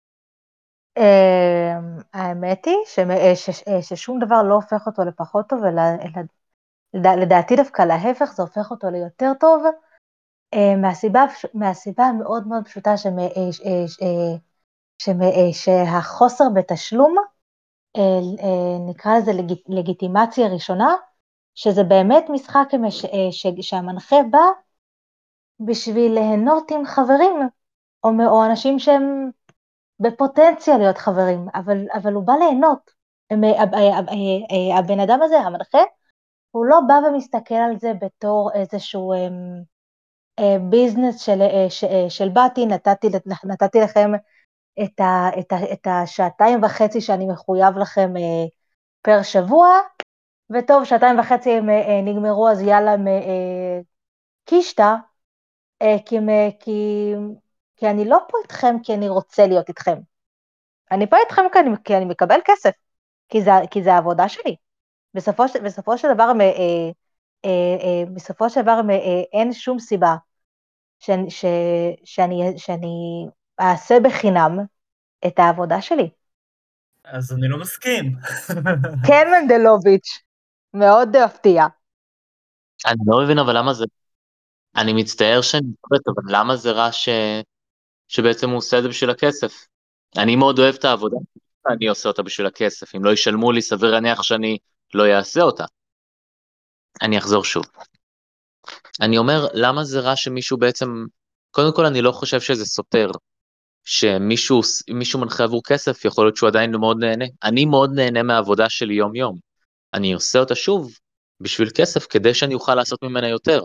אה, האמת היא שמ- אה, ש- אה, ששום דבר לא הופך אותו לפחות טוב, אלא אלא לדע- לדעתי דווקא להפך, זה הופך אותו ליותר טוב, אה, מהסיבה, מהסיבה המאוד מאוד פשוטה שמ- אה, ש- אה, ש- אה, שמ- אה, שהחוסר בתשלום, אה, אה, נקרא לזה לגיט, לגיטימציה ראשונה, שזה באמת משחק מש- אה, ש- שהמנחה בא בשביל ליהנות עם חברים, או, מ- או אנשים שהם בפוטנציה להיות חברים, אבל, אבל הוא בא ליהנות. הם, אה, אה, אה, אה, הבן אדם הזה, המנחה, הוא לא בא ומסתכל על זה בתור איזשהו אה, אה, ביזנס של, אה, ש, אה, של באתי, נתתי, נתתי לכם את, ה, את, ה, את השעתיים וחצי שאני מחויב לכם אה, פר שבוע, וטוב, שעתיים וחצי הם אה, נגמרו, אז יאללה, אה, קישטה, אה, כי, כי, כי אני לא פה איתכם כי אני רוצה להיות איתכם. אני פה איתכם כי אני, כי אני מקבל כסף, כי זה, כי זה העבודה שלי. בסופו, בסופו של דבר, אה, אה, אה, בסופו של דבר, אה, אין שום סיבה ש, ש, שאני, שאני אעשה בחינם את העבודה שלי. אז אני לא מסכים. כן, מנדלוביץ', מאוד מפתיע. אני לא מבין אבל למה זה, אני מצטער שאני קוראת, אבל למה זה רע ש... שבעצם הוא עושה את זה בשביל הכסף? אני מאוד אוהב את העבודה, אני עושה אותה בשביל הכסף, אם לא ישלמו לי סביר להניח שאני לא אעשה אותה. אני אחזור שוב. אני אומר, למה זה רע שמישהו בעצם, קודם כל אני לא חושב שזה סותר, שמישהו מישהו מנחה עבור כסף, יכול להיות שהוא עדיין מאוד נהנה. אני מאוד נהנה מהעבודה שלי יום יום. אני עושה אותה שוב בשביל כסף, כדי שאני אוכל לעשות ממנה יותר.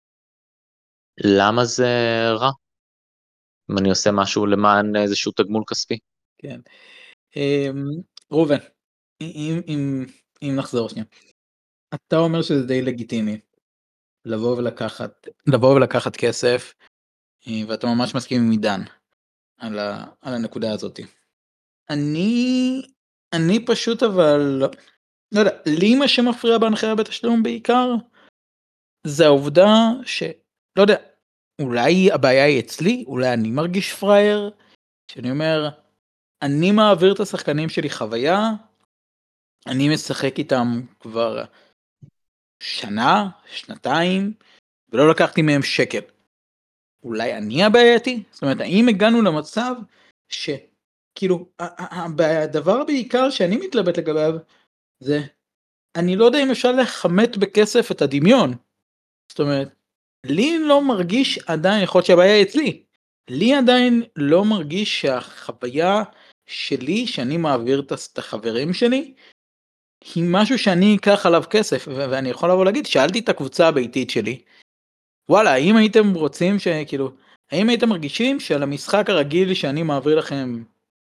למה זה רע? אם אני עושה משהו למען איזשהו תגמול כספי. כן. אמ, ראובן, אם, אם, אם נחזור שנייה. אתה אומר שזה די לגיטימי, לבוא ולקחת, לבוא ולקחת כסף, ואתה ממש מסכים עם עידן על, ה, על הנקודה הזאת. אני, אני פשוט אבל, לא יודע, לי מה שמפריע בהנחיה בתשלום בעיקר, זה העובדה ש, לא יודע, אולי הבעיה היא אצלי, אולי אני מרגיש פרייר, שאני אומר, אני מעביר את השחקנים שלי חוויה, אני משחק איתם כבר שנה, שנתיים, ולא לקחתי מהם שקל. אולי אני הבעייתי? זאת אומרת, האם הגענו למצב שכאילו, הדבר בעיקר שאני מתלבט לגביו, זה, אני לא יודע אם אפשר לחמת בכסף את הדמיון. זאת אומרת, לי לא מרגיש עדיין, יכול להיות שהבעיה היא אצלי, לי עדיין לא מרגיש שהחוויה שלי, שאני מעביר את החברים שלי, היא משהו שאני אקח עליו כסף, ואני יכול לבוא להגיד, שאלתי את הקבוצה הביתית שלי, וואלה, האם הייתם רוצים שכאילו, האם הייתם מרגישים שעל המשחק הרגיל שאני מעביר לכם,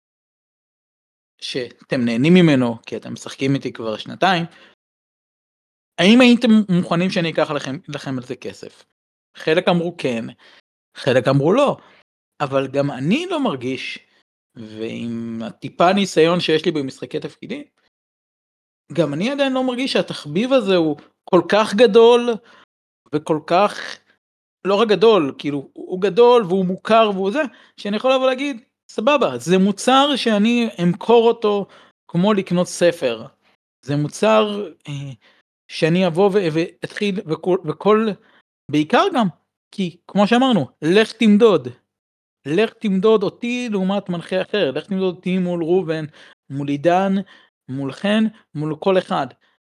שאתם נהנים ממנו, כי אתם משחקים איתי כבר שנתיים, האם הייתם מוכנים שאני אקח לכם, לכם על זה כסף? חלק אמרו כן, חלק אמרו לא, אבל גם אני לא מרגיש, ועם הטיפה ניסיון שיש לי במשחקי תפקידים, גם אני עדיין לא מרגיש שהתחביב הזה הוא כל כך גדול, וכל כך לא רק גדול, כאילו הוא גדול והוא מוכר והוא זה, שאני יכול לבוא להגיד, סבבה, זה מוצר שאני אמכור אותו כמו לקנות ספר. זה מוצר אה, שאני אבוא ו- ואתחיל, וכל, וכל, בעיקר גם, כי כמו שאמרנו, לך תמדוד. לך תמדוד אותי לעומת מנחה אחר, לך תמדוד אותי מול רובן, מול עידן, מול חן, מול כל אחד.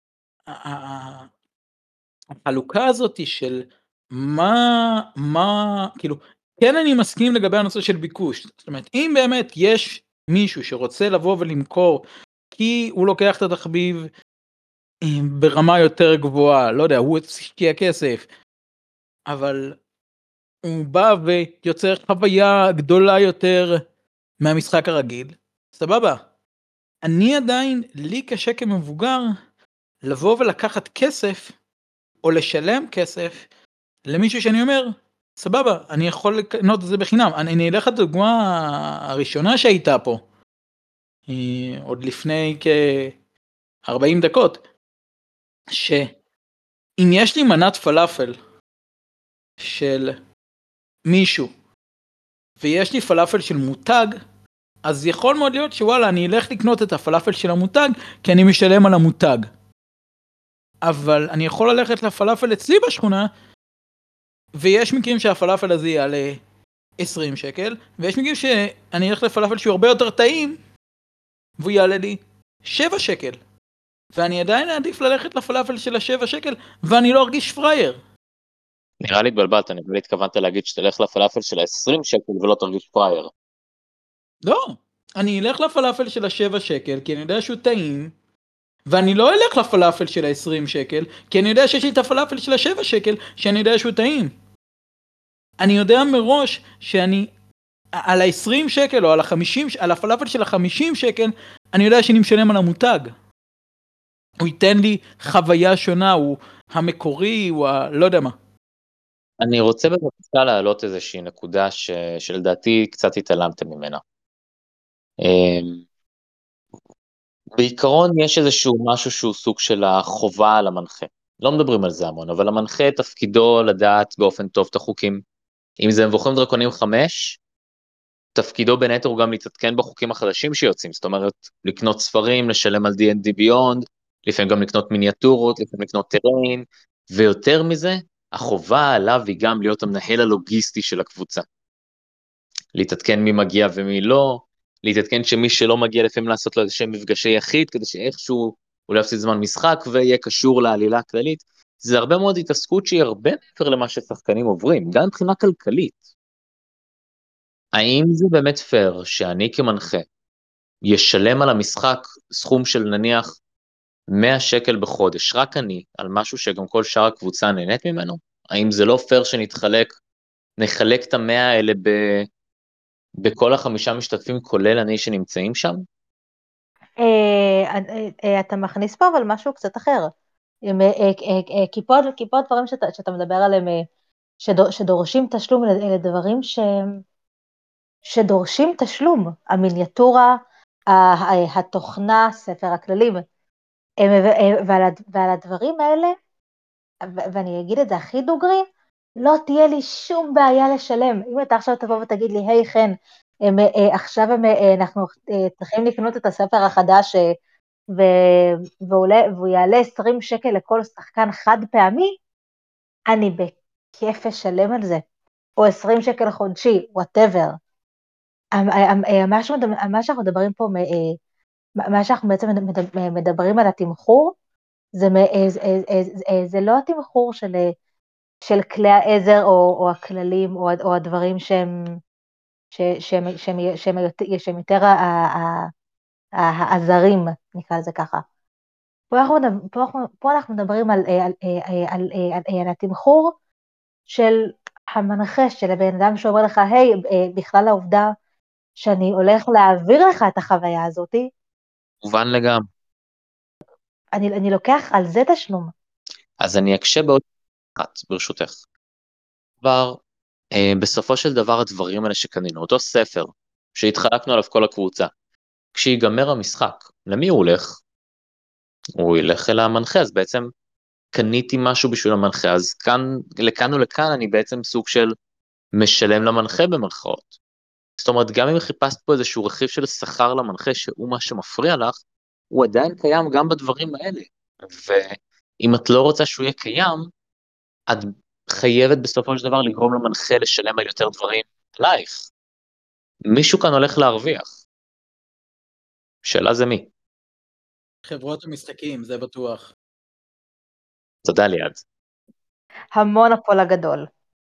החלוקה הזאת של מה, מה, כאילו, כן אני מסכים לגבי הנושא של ביקוש, זאת אומרת, אם באמת יש מישהו שרוצה לבוא ולמכור, כי הוא לוקח את התחביב ברמה יותר גבוהה, לא יודע, הוא השקיע כסף, אבל הוא בא ויוצר חוויה גדולה יותר מהמשחק הרגיל, סבבה. אני עדיין, לי קשה כמבוגר, לבוא ולקחת כסף, או לשלם כסף, למישהו שאני אומר, סבבה, אני יכול לקנות את זה בחינם. אני, אני אלך לדוגמה הראשונה שהייתה פה, עוד לפני כ-ארבעים דקות, שאם יש לי מנת פלאפל של מישהו, ויש לי פלאפל של מותג, אז יכול מאוד להיות שוואלה, אני אלך לקנות את הפלאפל של המותג, כי אני משלם על המותג. אבל אני יכול ללכת לפלאפל אצלי בשכונה, ויש מקרים שהפלאפל הזה יעלה עשרים שקל, ויש מקרים שאני אלך לפלאפל שהוא הרבה יותר טעים, והוא יעלה לי שבע שקל. ואני עדיין אעדיף ללכת לפלאפל של השבע שקל, ואני לא ארגיש פרייר. נראה לי התבלבלת, אני לא התכוונת להגיד שתלך לפלאפל של ה-עשרים שקל ולא תרגיש פרייר. לא, אני אלך לפלאפל של השבע שקל, כי אני יודע שהוא טעים, ואני לא אלך לפלאפל של ה-עשרים שקל, כי אני יודע שיש לי את הפלאפל של השבע שקל, שאני יודע שהוא טעים. אני יודע מראש שאני, על ה-עשרים שקל או על ה-חמישים, על הפלאפל של ה-חמישים שקל, אני יודע שאני משלם על המותג. הוא ייתן לי חוויה שונה, הוא המקורי, הוא ה... לא יודע מה. אני רוצה בבקשה להעלות איזושהי נקודה ש... שלדעתי קצת התעלמתם ממנה. בעיקרון יש איזשהו משהו שהוא סוג של החובה על המנחה. לא מדברים על זה המון, אבל המנחה תפקידו לדעת באופן טוב את החוקים. אם זה מבוכים דרקונים חמש, תפקידו בין היתר הוא גם להתעדכן בחוקים החדשים שיוצאים, זאת אומרת, לקנות ספרים, לשלם על די אנד די Beyond, לפעמים גם לקנות מיניאטורות, לפעמים לקנות טריין, ויותר מזה, החובה עליו היא גם להיות המנהל הלוגיסטי של הקבוצה. להתעדכן מי מגיע ומי לא, להתעדכן שמי שלא מגיע לפעמים לעשות לו איזשהם מפגשי יחיד, כדי שאיכשהו הוא לא יפסיד זמן משחק, ויהיה קשור לעלילה הכללית. זה הרבה מאוד התעסקות שהיא הרבה מעבר למה ששחקנים עוברים, גם מבחינה כלכלית. האם זה באמת פייר שאני כמנחה ישלם על המשחק סכום של נניח מאה שקל בחודש, רק אני, על משהו שגם כל שאר הקבוצה נהנית ממנו? האם זה לא פייר שנתחלק, נחלק את המאה האלה ב... בכל החמישה משתתפים, כולל אני שנמצאים שם? אתה מכניס פה אבל משהו קצת אחר. עם, אה, אה, אה, אה, כיפות, כיפות דברים שאתה, שאתה מדבר עליהם, אה, שדור, שדורשים תשלום, אלה אלה דברים ש, שדורשים תשלום, המיניאטורה, ה- ה- התוכנה, ספר הכללים, הם- אה, ועל, הד- ועל הדברים האלה, ו- ואני אגיד את זה הכי דוגרי, לא תהיה לי שום בעיה לשלם. אם אתה עכשיו תבוא ותגיד לי, היי חן, הם, אה, אה, עכשיו הם, אה, אנחנו אה, צריכים לקנות את הספר החדש, אה, ו- ועולה, והוא יעלה עשרים שקל לכל שחקן חד פעמי, אני בכיף אשלם על זה, או עשרים שקל חודשי, whatever. המ- המ- אה, מה שאנחנו מדבר- מה שאנחנו מדברים פה, מ- אה, מה שאנחנו בעצם מד- מדברים על התמחור, זה, מ- אה, זה, אה, אה, אה, זה לא התמחור של, אה, של כלי העזר או, או הכללים או, או הדברים שהם, ש, שהם, שהם, שהם, יותר- שהם יותר ה- ה- ה- העזרים, נקרא לזה ככה. פה אנחנו, מדבר- פה, אנחנו- פה אנחנו מדברים על, אה, על, אה, אה, על, אה, על, אה, על התמחור של המנחה, של הבן אדם שאומר לך, היי, אה, בכלל העובדה שאני הולך להעביר לך את החוויה הזאת, מובן לגמרי. אני, אני לוקח על זה תשלום. אז אני אקשה בעוד אחת, ברשותך. כבר, אה, בסופו של דבר הדברים האלה שקנינו, אותו ספר, שהתחלקנו עליו כל הקבוצה, כשיגמר המשחק, למי הוא הולך? הוא ילך אל המנחה, אז בעצם קניתי משהו בשביל המנחה, אז כאן, לכאן ולכאן אני בעצם סוג של משלם למנחה במרכאות. זאת אומרת, גם אם חיפשת פה איזשהו רכיב של שכר למנחה, שהוא מה שמפריע לך, הוא עדיין קיים גם בדברים האלה. ואם את לא רוצה שהוא יהיה קיים, את חייבת בסופו של דבר לגרום למנחה לשלם על יותר דברים עלייך. מישהו כאן הולך להרוויח. שאלה זה מי? חברות המשחקים, זה בטוח. תודה ליעד. המונופול הגדול.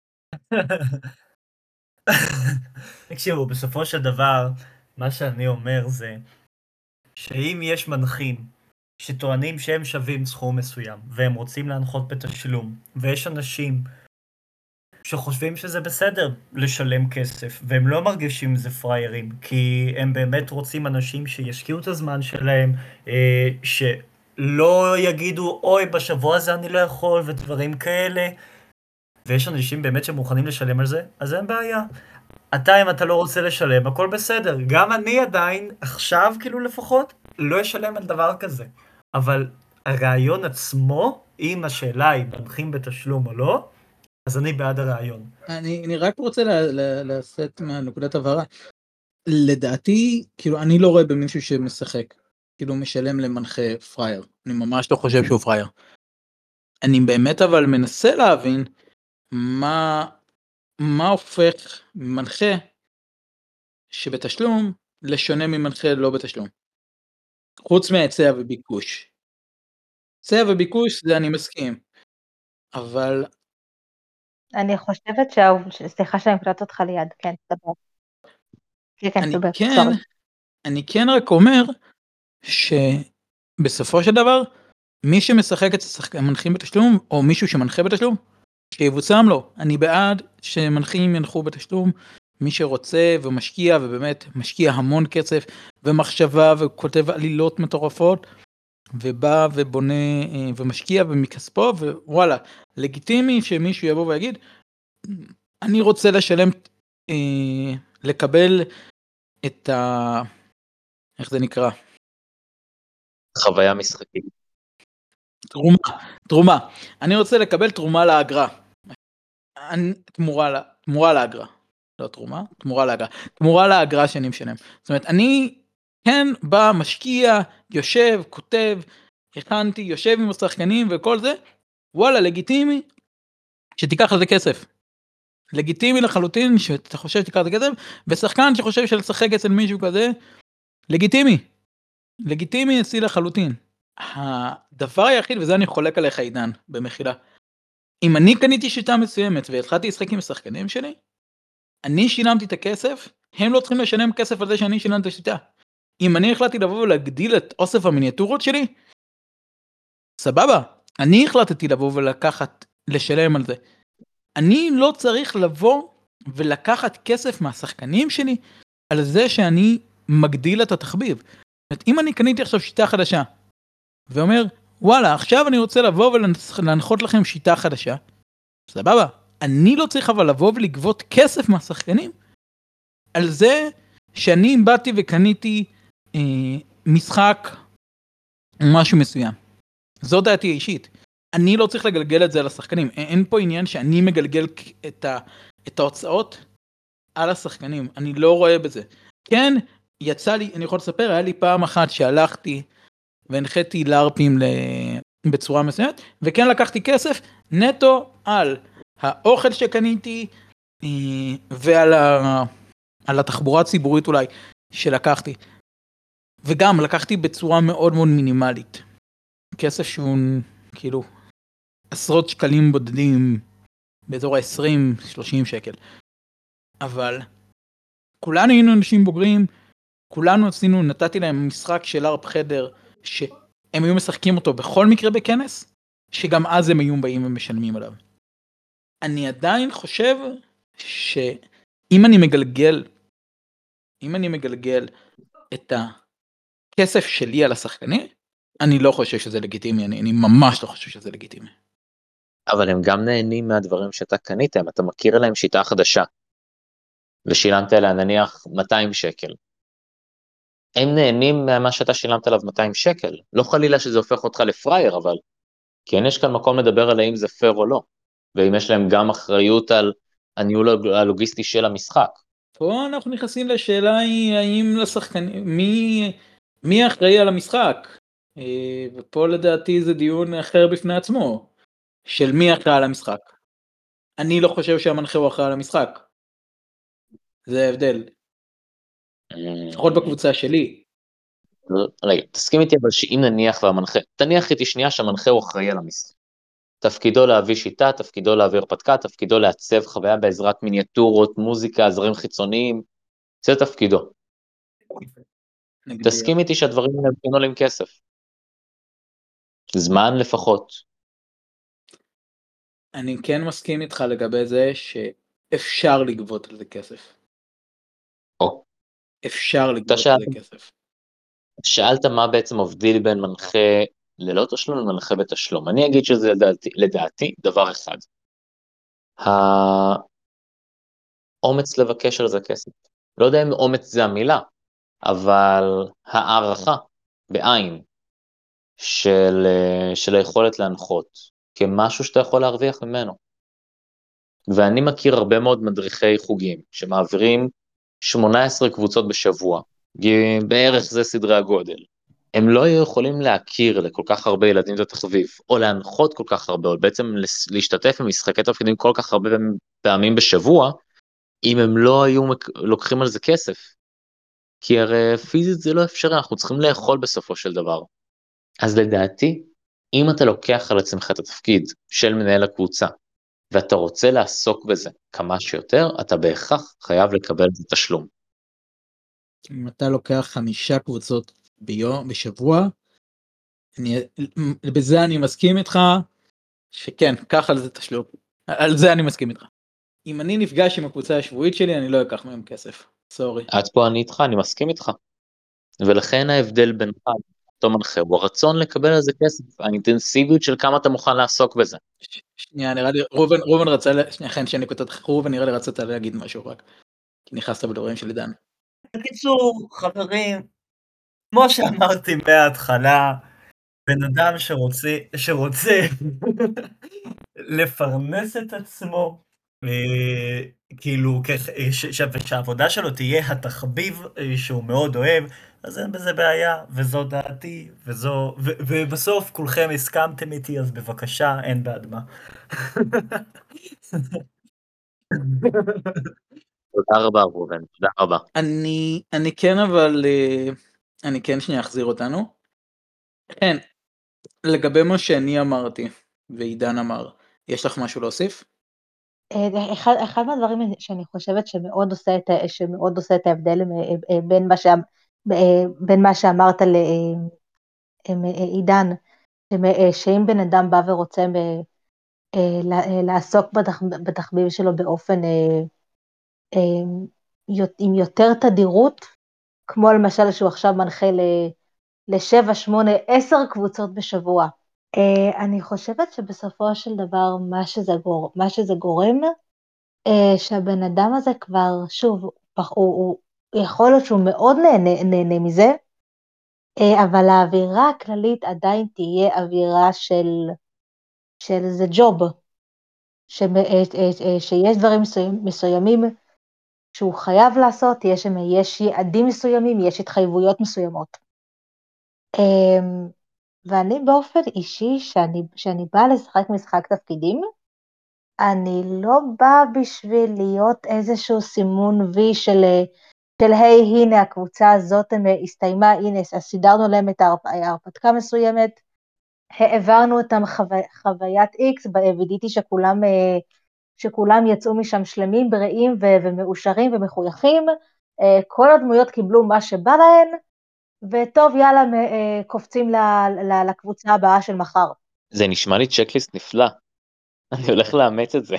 תקשיבו, בסופו של דבר, מה שאני אומר זה, שאם יש מנחים שטוענים שהם שווים סכום מסוים, והם רוצים להנחות בתשלום, ויש אנשים שחושבים שזה בסדר לשלם כסף, והם לא מרגישים עם זה פריירים, כי הם באמת רוצים אנשים שישקיעו את הזמן שלהם, אה, שלא יגידו, אוי, בשבוע הזה אני לא יכול, ודברים כאלה, ויש אנשים באמת שמוכנים לשלם על זה, אז אין בעיה. אתה, אם אתה לא רוצה לשלם, הכל בסדר. גם אני עדיין, עכשיו כאילו לפחות, לא אשלם על דבר כזה. אבל הרעיון עצמו, אם השאלה היא מנחים בתשלום או לא, אז אני בעד הרעיון. אני, אני רק רוצה לשאת מהנקודת הבהרה. לדעתי, כאילו, אני לא רואה במישהו שמשחק, כאילו משלם למנחה פרייר. אני ממש לא חושב שהוא פרייר. אני באמת אבל מנסה להבין מה, מה הופך מנחה שבתשלום לשונה ממנחה לא בתשלום. חוץ מהיצע וביקוש. היצע וביקוש זה אני מסכים. אבל אני חושבת שה... סליחה שאני מקלט אותך ליד, כן, תדבר. כן, כן, אני תדבר, כן, סורי. אני כן רק אומר שבסופו של דבר, מי שמשחק את המנחים בתשלום, או מישהו שמנחה בתשלום, שיבוצם לו. אני בעד שמנחים ינחו בתשלום, מי שרוצה ומשקיע, ובאמת משקיע המון כסף ומחשבה וכותב עלילות מטורפות, ובא ובונה ומשקיע מכספו, ווואלה, לגיטימי שמישהו יבוא ויגיד, אני רוצה לשלם, אה, לקבל את ה... איך זה נקרא? חוויה משחקית. תרומה, תרומה. אני רוצה לקבל תרומה לאגרה. אני, תמורה, לה, תמורה לאגרה. לא תרומה, תמורה לאגרה. תמורה לאגרה שאני משלם. זאת אומרת, אני כן בא, משקיע, יושב, כותב, הכנתי, יושב עם השחקנים וכל זה, וואלה, לגיטימי שתיקח לזה כסף. לגיטימי לחלוטין שאתה חושב שתיקח לזה כסף, ושחקן שחושב שלשחק אצל מישהו כזה, לגיטימי. לגיטימי אצלי לחלוטין. הדבר היחיד, וזה אני חולק עליך עידן, במחילה. אם אני קניתי שיטה מסוימת והתחלתי לשחק עם השחקנים שלי, אני שילמתי את הכסף, הם לא צריכים לשלם כסף על זה שאני שילמתי את השיטה. אם אני החלטתי לבוא ולהגדיל את אוסף המיניאטורות שלי, סבבה, אני החלטתי לבוא ולקחת, לשלם על זה. אני לא צריך לבוא ולקחת כסף מהשחקנים שלי על זה שאני מגדיל את התחביב. זאת אומרת, אם אני קניתי עכשיו שיטה חדשה, ואומר, וואלה, עכשיו אני רוצה לבוא ולהנחות לכם שיטה חדשה. סבבה, אני לא צריך אבל לבוא ולגבות כסף מהשחקנים על זה שאני באתי וקניתי אה, משחק או משהו מסוים. זו דעתי האישית. אני לא צריך לגלגל את זה על השחקנים. אין, אין פה עניין שאני מגלגל את, ה, את ההוצאות על השחקנים. אני לא רואה בזה. כן, יצא לי, אני יכול לספר, היה לי פעם אחת שהלכתי והנחיתי לארפים בצורה מסוימת, וכן לקחתי כסף נטו על האוכל שקניתי, ועל ה... על התחבורה הציבורית אולי שלקחתי. וגם לקחתי בצורה מאוד מאוד מינימלית. כסף שהוא כאילו עשרות שקלים בודדים, באזור ה-עשרים שלושים שקל. אבל כולנו היינו אנשים בוגרים, כולנו עשינו, נתתי להם משחק של ארפ חדר, שהם היו משחקים אותו בכל מקרה בכנס, שגם אז הם היו באים ומשלמים עליו. אני עדיין חושב שאם אני מגלגל, אם אני מגלגל את הכסף שלי על השחקנים, אני לא חושב שזה לגיטימי, אני, אני ממש לא חושב שזה לגיטימי. אבל הם גם נהנים מהדברים שאתה קניתם, אתה מכיר להם שיטה חדשה, ושילמת עליה נניח מאתיים שקל. הם נהנים ממה שאתה שילמת עליו מאתיים שקל, לא חלילה שזה הופך אותך לפרייר, אבל כן יש כאן מקום לדבר על האם זה פייר או לא, ואם יש להם גם אחריות על הניהול הלוגיסטי של המשחק. פה אנחנו נכנסים לשאלה היא, האם לשחקנים, מי, מי אחראי על המשחק? ופה לדעתי זה דיון אחר בפני עצמו, של מי אחראי על המשחק. אני לא חושב שהמנחה הוא אחראי על המשחק. זה ההבדל. לפחות בקבוצה שלי. רגע, תסכים איתי אבל שאם נניח והמנחה, תניח איתי שנייה שהמנחה הוא אחראי על המשחק. תפקידו להביא שיטה, תפקידו להביא הרפתקה, תפקידו לעצב חוויה בעזרת מיניאטורות, מוזיקה, עזרים חיצוניים, זה תפקידו. תסכים איתי שהדברים האלה כן עולים כסף. זמן לפחות. אני כן מסכים איתך לגבי זה שאפשר לגבות על זה כסף. או. אפשר לגבות שאל... על זה כסף. שאלת מה בעצם מבדיל בין מנחה ללא תשלום למנחה בתשלום. אני אגיד שזה לדעתי, לדעתי דבר אחד. האומץ לבקש על זה כסף. לא יודע אם אומץ זה המילה, אבל הערכה בעין של, של היכולת להנחות כמשהו שאתה יכול להרוויח ממנו. ואני מכיר הרבה מאוד מדריכי חוגים שמעבירים שמונה עשרה קבוצות בשבוע, בערך זה סדרי הגודל. הם לא היו יכולים להכיר לכל כך הרבה ילדים את התחביב, או להנחות כל כך הרבה, או בעצם להשתתף במשחקי תפקידים כל כך הרבה פעמים בשבוע, אם הם לא היו לוקחים על זה כסף. כי הרי פיזית זה לא אפשרי, אנחנו צריכים לאכול בסופו של דבר. אז לדעתי, אם אתה לוקח על עצמך את התפקיד של מנהל הקבוצה, ואתה רוצה לעסוק בזה כמה שיותר, אתה בהכרח חייב לקבל את התשלום. אם אתה לוקח חמישה קבוצות ביום, בשבוע, אני, בזה אני מסכים איתך, שכן, קח על זה תשלום. על זה אני מסכים איתך. אם אני נפגש עם הקבוצה השבועית שלי, אני לא אקח מהם כסף. סורי. עד פה אני איתך, אני מסכים איתך. ולכן ההבדל בינך אותו מנחה, הוא הרצון לקבל על זה כסף, האינטנסיביות של כמה אתה מוכן לעסוק בזה. שנייה, נראה לי, רובן, רובן רצה, שנייה, כן, שאני כותב לך, רובן נראה לי רצית להגיד משהו רק, כי נכנסת בדברים של עידן. בקיצור, חברים, כמו שאמרתי מההתחלה, בן אדם שרוצה, שרוצה לפרנס את עצמו, כאילו, שהעבודה שלו תהיה התחביב שהוא מאוד אוהב, אז אין בזה בעיה, וזו דעתי, וזו, ובסוף כולכם הסכמתם איתי, אז בבקשה, אין בעד מה. תודה רבה, רובן, תודה רבה. אני, אני כן, אבל, אני כן שנייה אחזיר אותנו. כן, לגבי מה שאני אמרתי, ועידן אמר, יש לך משהו להוסיף? אחד, אחד מהדברים שאני חושבת שמאוד עושה את, שמאוד עושה את ההבדל בין מה, שה, בין מה שאמרת לעידן, שאם בן אדם בא ורוצה לעסוק בתחביב שלו באופן עם יותר תדירות, כמו למשל שהוא עכשיו מנחה לשבע, שמונה, עשר קבוצות בשבוע, אה, אני חושבת שבסופו של דבר מה שזה, גור, מה שזה גורם, אה, שהבן אדם הזה כבר, שוב, הוא, הוא, הוא יכול להיות שהוא מאוד נהנה, נהנה מזה, אה, אבל האווירה הכללית עדיין תהיה אווירה של, של זה ג'וב, ש, אה, אה, אה, שיש דברים מסוים, מסוימים שהוא חייב לעשות, יש, יש יעדים מסוימים, יש התחייבויות מסוימות. אה, ואני באופן אישי, שאני, שאני באה לשחק משחק תפקידים, אני לא באה בשביל להיות איזשהו סימון וי של, של היי, הנה הקבוצה הזאת הסתיימה, הנה, אז סידרנו להם את ההרפתקה מסוימת, העברנו אותם חו... חוויית איקס, וידעתי שכולם, שכולם יצאו משם שלמים, בריאים ו... ומאושרים ומחויכים, כל הדמויות קיבלו מה שבא להן, וטוב, יאללה, קופצים ל... ל... לקבוצה הבאה של מחר. זה נשמע לי צ'קליסט נפלא. אני הולך לאמץ את זה.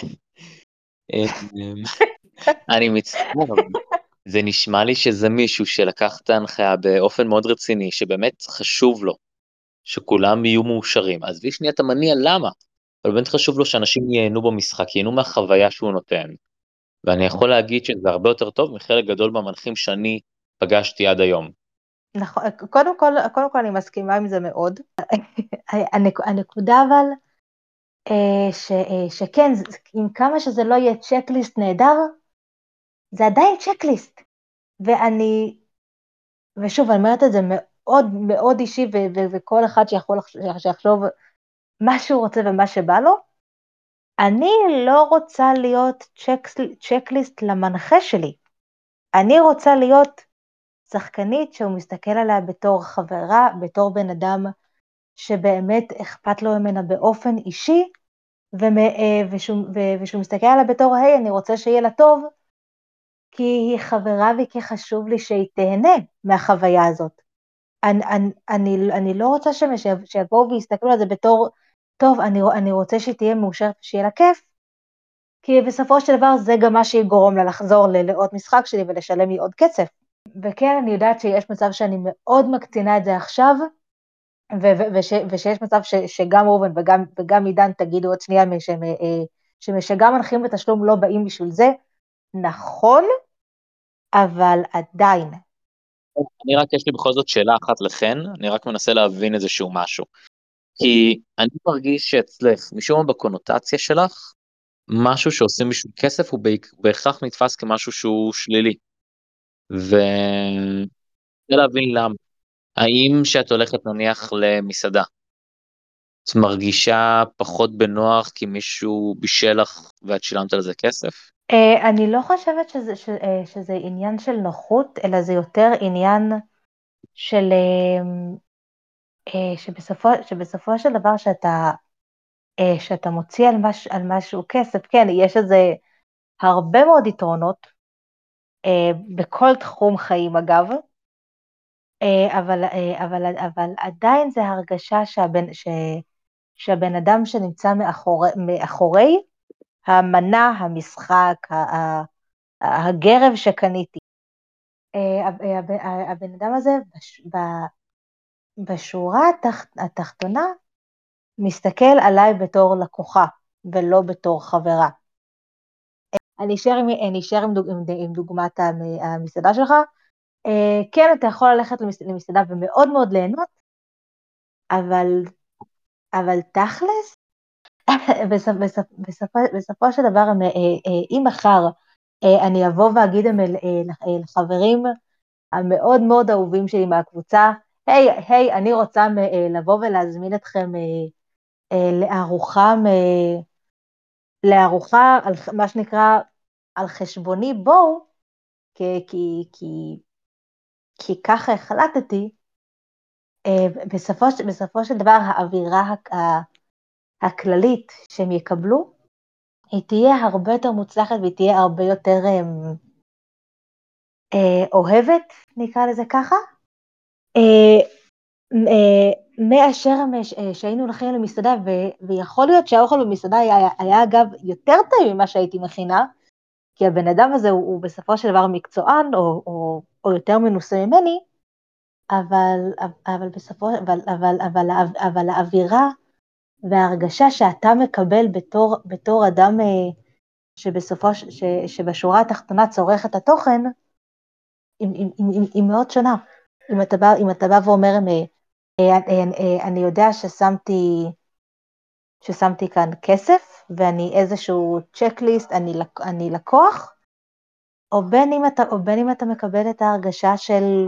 אני מצטער, זה נשמע לי שזה מישהו שלקח את ההנחיה באופן מאוד רציני, שבאמת חשוב לו שכולם יהיו מאושרים. אז בי שנייה אתה מניע למה, אבל באמת חשוב לו שאנשים ייהנו במשחק, ייהנו מהחוויה שהוא נותן. ואני יכול להגיד שזה הרבה יותר טוב מחלק גדול מהמנחים שאני פגשתי עד היום. נכון, קודם כל, קודם כל אני מסכימה עם זה מאוד. הנקודה אבל, ש, שכן, עם כמה שזה לא יהיה צ'קליסט נהדר, זה עדיין צ'קליסט. ואני, ושוב, אני אומרת את זה מאוד מאוד אישי, ו, ו, וכל אחד שיכול שיחשוב מה שהוא רוצה ומה שבא לו, אני לא רוצה להיות צ'ק, צ'קליסט למנחה שלי. אני רוצה להיות שחקנית שהוא מסתכל עליה בתור חברה, בתור בן אדם שבאמת אכפת לו ממנה באופן אישי, ושהוא, ושהוא מסתכל עליה בתור, היי, אני רוצה שיהיה לה טוב, כי היא חברה וכי חשוב לי שהיא תהנה מהחוויה הזאת. אני, אני, אני, אני לא רוצה שיבואו ויסתכלו על זה בתור, טוב, אני, אני רוצה שהיא תהיה מאושרת ושיהיה לה כיף, כי בסופו של דבר זה גם מה שיגרום לה לחזור לעוד משחק שלי ולשלם לי עוד כסף. וכן, אני יודעת שיש מצב שאני מאוד מקצינה את זה עכשיו, ו- ו- וש- ושיש מצב ש- שגם ראובן וגם, וגם עידן תגידו עוד שנייה, שהם, שגם מנחים בתשלום לא באים בשביל זה, נכון, אבל עדיין. אני רק, יש לי בכל זאת שאלה אחת לכן, אני רק מנסה להבין איזשהו משהו. כי אני מרגיש שאצלך, משום מה בקונוטציה שלך, משהו שעושים בשביל כסף הוא בהכרח נתפס כמשהו שהוא שלילי. ואני רוצה להבין למה. האם שאת הולכת נניח למסעדה, את מרגישה פחות בנוח כי מישהו בישל לך ואת שילמת על זה כסף? אני לא חושבת שזה, שזה עניין של נוחות, אלא זה יותר עניין של, שבסופו, שבסופו של דבר שאתה, שאתה מוציא על, מש, על משהו כסף, כן, יש איזה הרבה מאוד יתרונות, בכל תחום חיים אגב, אבל, אבל, אבל עדיין זה הרגשה שהבן, ש, שהבן אדם שנמצא מאחורי, מאחורי המנה, המשחק, הגרב שקניתי. הבן אדם הזה בשורה התחתונה מסתכל עליי בתור לקוחה ולא בתור חברה. אני אשאר עם, אני אשאר עם, דוג, עם דוגמת המסעדה שלך. כן, אתה יכול ללכת למסעדה ומאוד מאוד ליהנות, אבל, אבל תכלס, בסופו, בסופו של דבר, אם מחר אני אבוא ואגיד לחברים המאוד מאוד אהובים שלי מהקבוצה, היי, היי, אני רוצה לבוא ולהזמין אתכם לארוחה, לארוחה, על מה שנקרא, על חשבוני, בואו, כי, כי, כי, כי ככה החלטתי, בסופו, בסופו של דבר האווירה הכללית שהם יקבלו, היא תהיה הרבה יותר מוצלחת והיא תהיה הרבה יותר אוהבת, נקרא לזה ככה, מאשר שהיינו הולכים למסעדה, ויכול להיות שהאוכל במסעדה היה, היה אגב יותר טעים ממה שהייתי מכינה, כי הבן אדם הזה הוא, הוא בסופו של דבר מקצוען, או, או, או יותר מנוסה ממני, אבל, אבל בסופו, אבל, אבל, אבל, אבל האווירה וההרגשה שאתה מקבל בתור, בתור אדם שבסופו, ש, שבשורה התחתונה צורך את התוכן, היא, היא, היא, היא מאוד שונה. אם אתה בא, אם אתה בא ואומר, אני יודע ששמתי, ששמתי כאן כסף, ואני איזשהו צ'קליסט, אני, אני לקוח, או בין אם אתה, או בין אם אתה מקבל את ההרגשה של,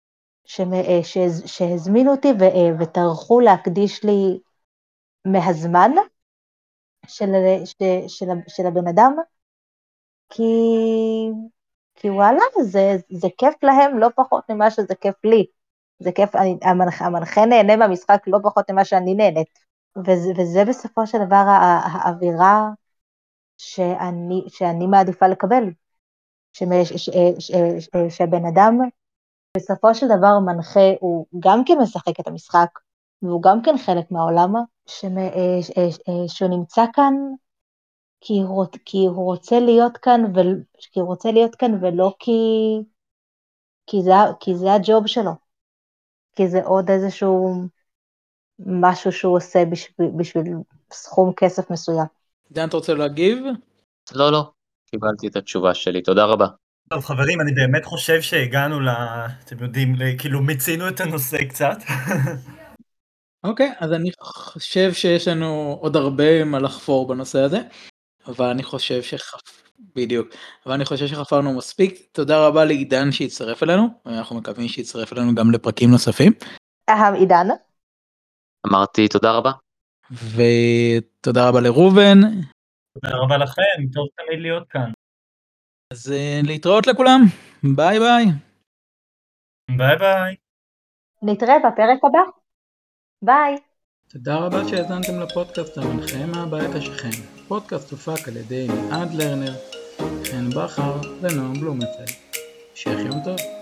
שהזמינו אותי וטרחו להקדיש לי מהזמן של, של, של, של הבן אדם, כי, כי וואלה, זה, זה כיף להם לא פחות ממה שזה כיף לי. זה כיף, אני, המנחה, המנחה נהנה מהמשחק לא פחות ממה שאני נהנית. וזה, וזה בסופו של דבר האווירה שאני, שאני מעדיפה לקבל. שהבן אדם בסופו של דבר מנחה, הוא גם כן משחק את המשחק, והוא גם כן חלק מהעולם, שהוא נמצא כאן, כי הוא, כי הוא רוצה להיות כאן, ו, כי הוא רוצה להיות כאן ולא כי, כי זה, כי זה הג'וב שלו, כי זה עוד איזשהו משהו שהוא עושה בשביל, בשביל סכום כסף מסוים. דן, אתה רוצה להגיב? לא, לא, קיבלתי את התשובה שלי, תודה רבה. טוב חברים, אני באמת חושב שהגענו ל... אתם יודעים, כאילו מיצינו את הנושא קצת. אוקיי, אז אני חושב שיש לנו עוד הרבה מה לחפור בנושא הזה, אבל אני חושב שחפ... בדיוק, אבל אני חושב שחפרנו מספיק. תודה רבה לעידן שהצטרף אלינו, אנחנו מקווים שיצטרף אלינו גם לפרקים נוספים. אהם עידן. אמרתי תודה רבה. ותודה רבה לרובן. תודה רבה לכם, טוב תמיד להיות כאן. אז להתראות לכולם, ביי ביי. ביי ביי. נתראה בפרק הבא. ביי. תודה רבה שהאזנתם לפודקאסט המנחה מהבית השכן. פודקאסט הופק על ידי עד לרנר, חן בכר ונועם בלומנפלד. המשך יום טוב.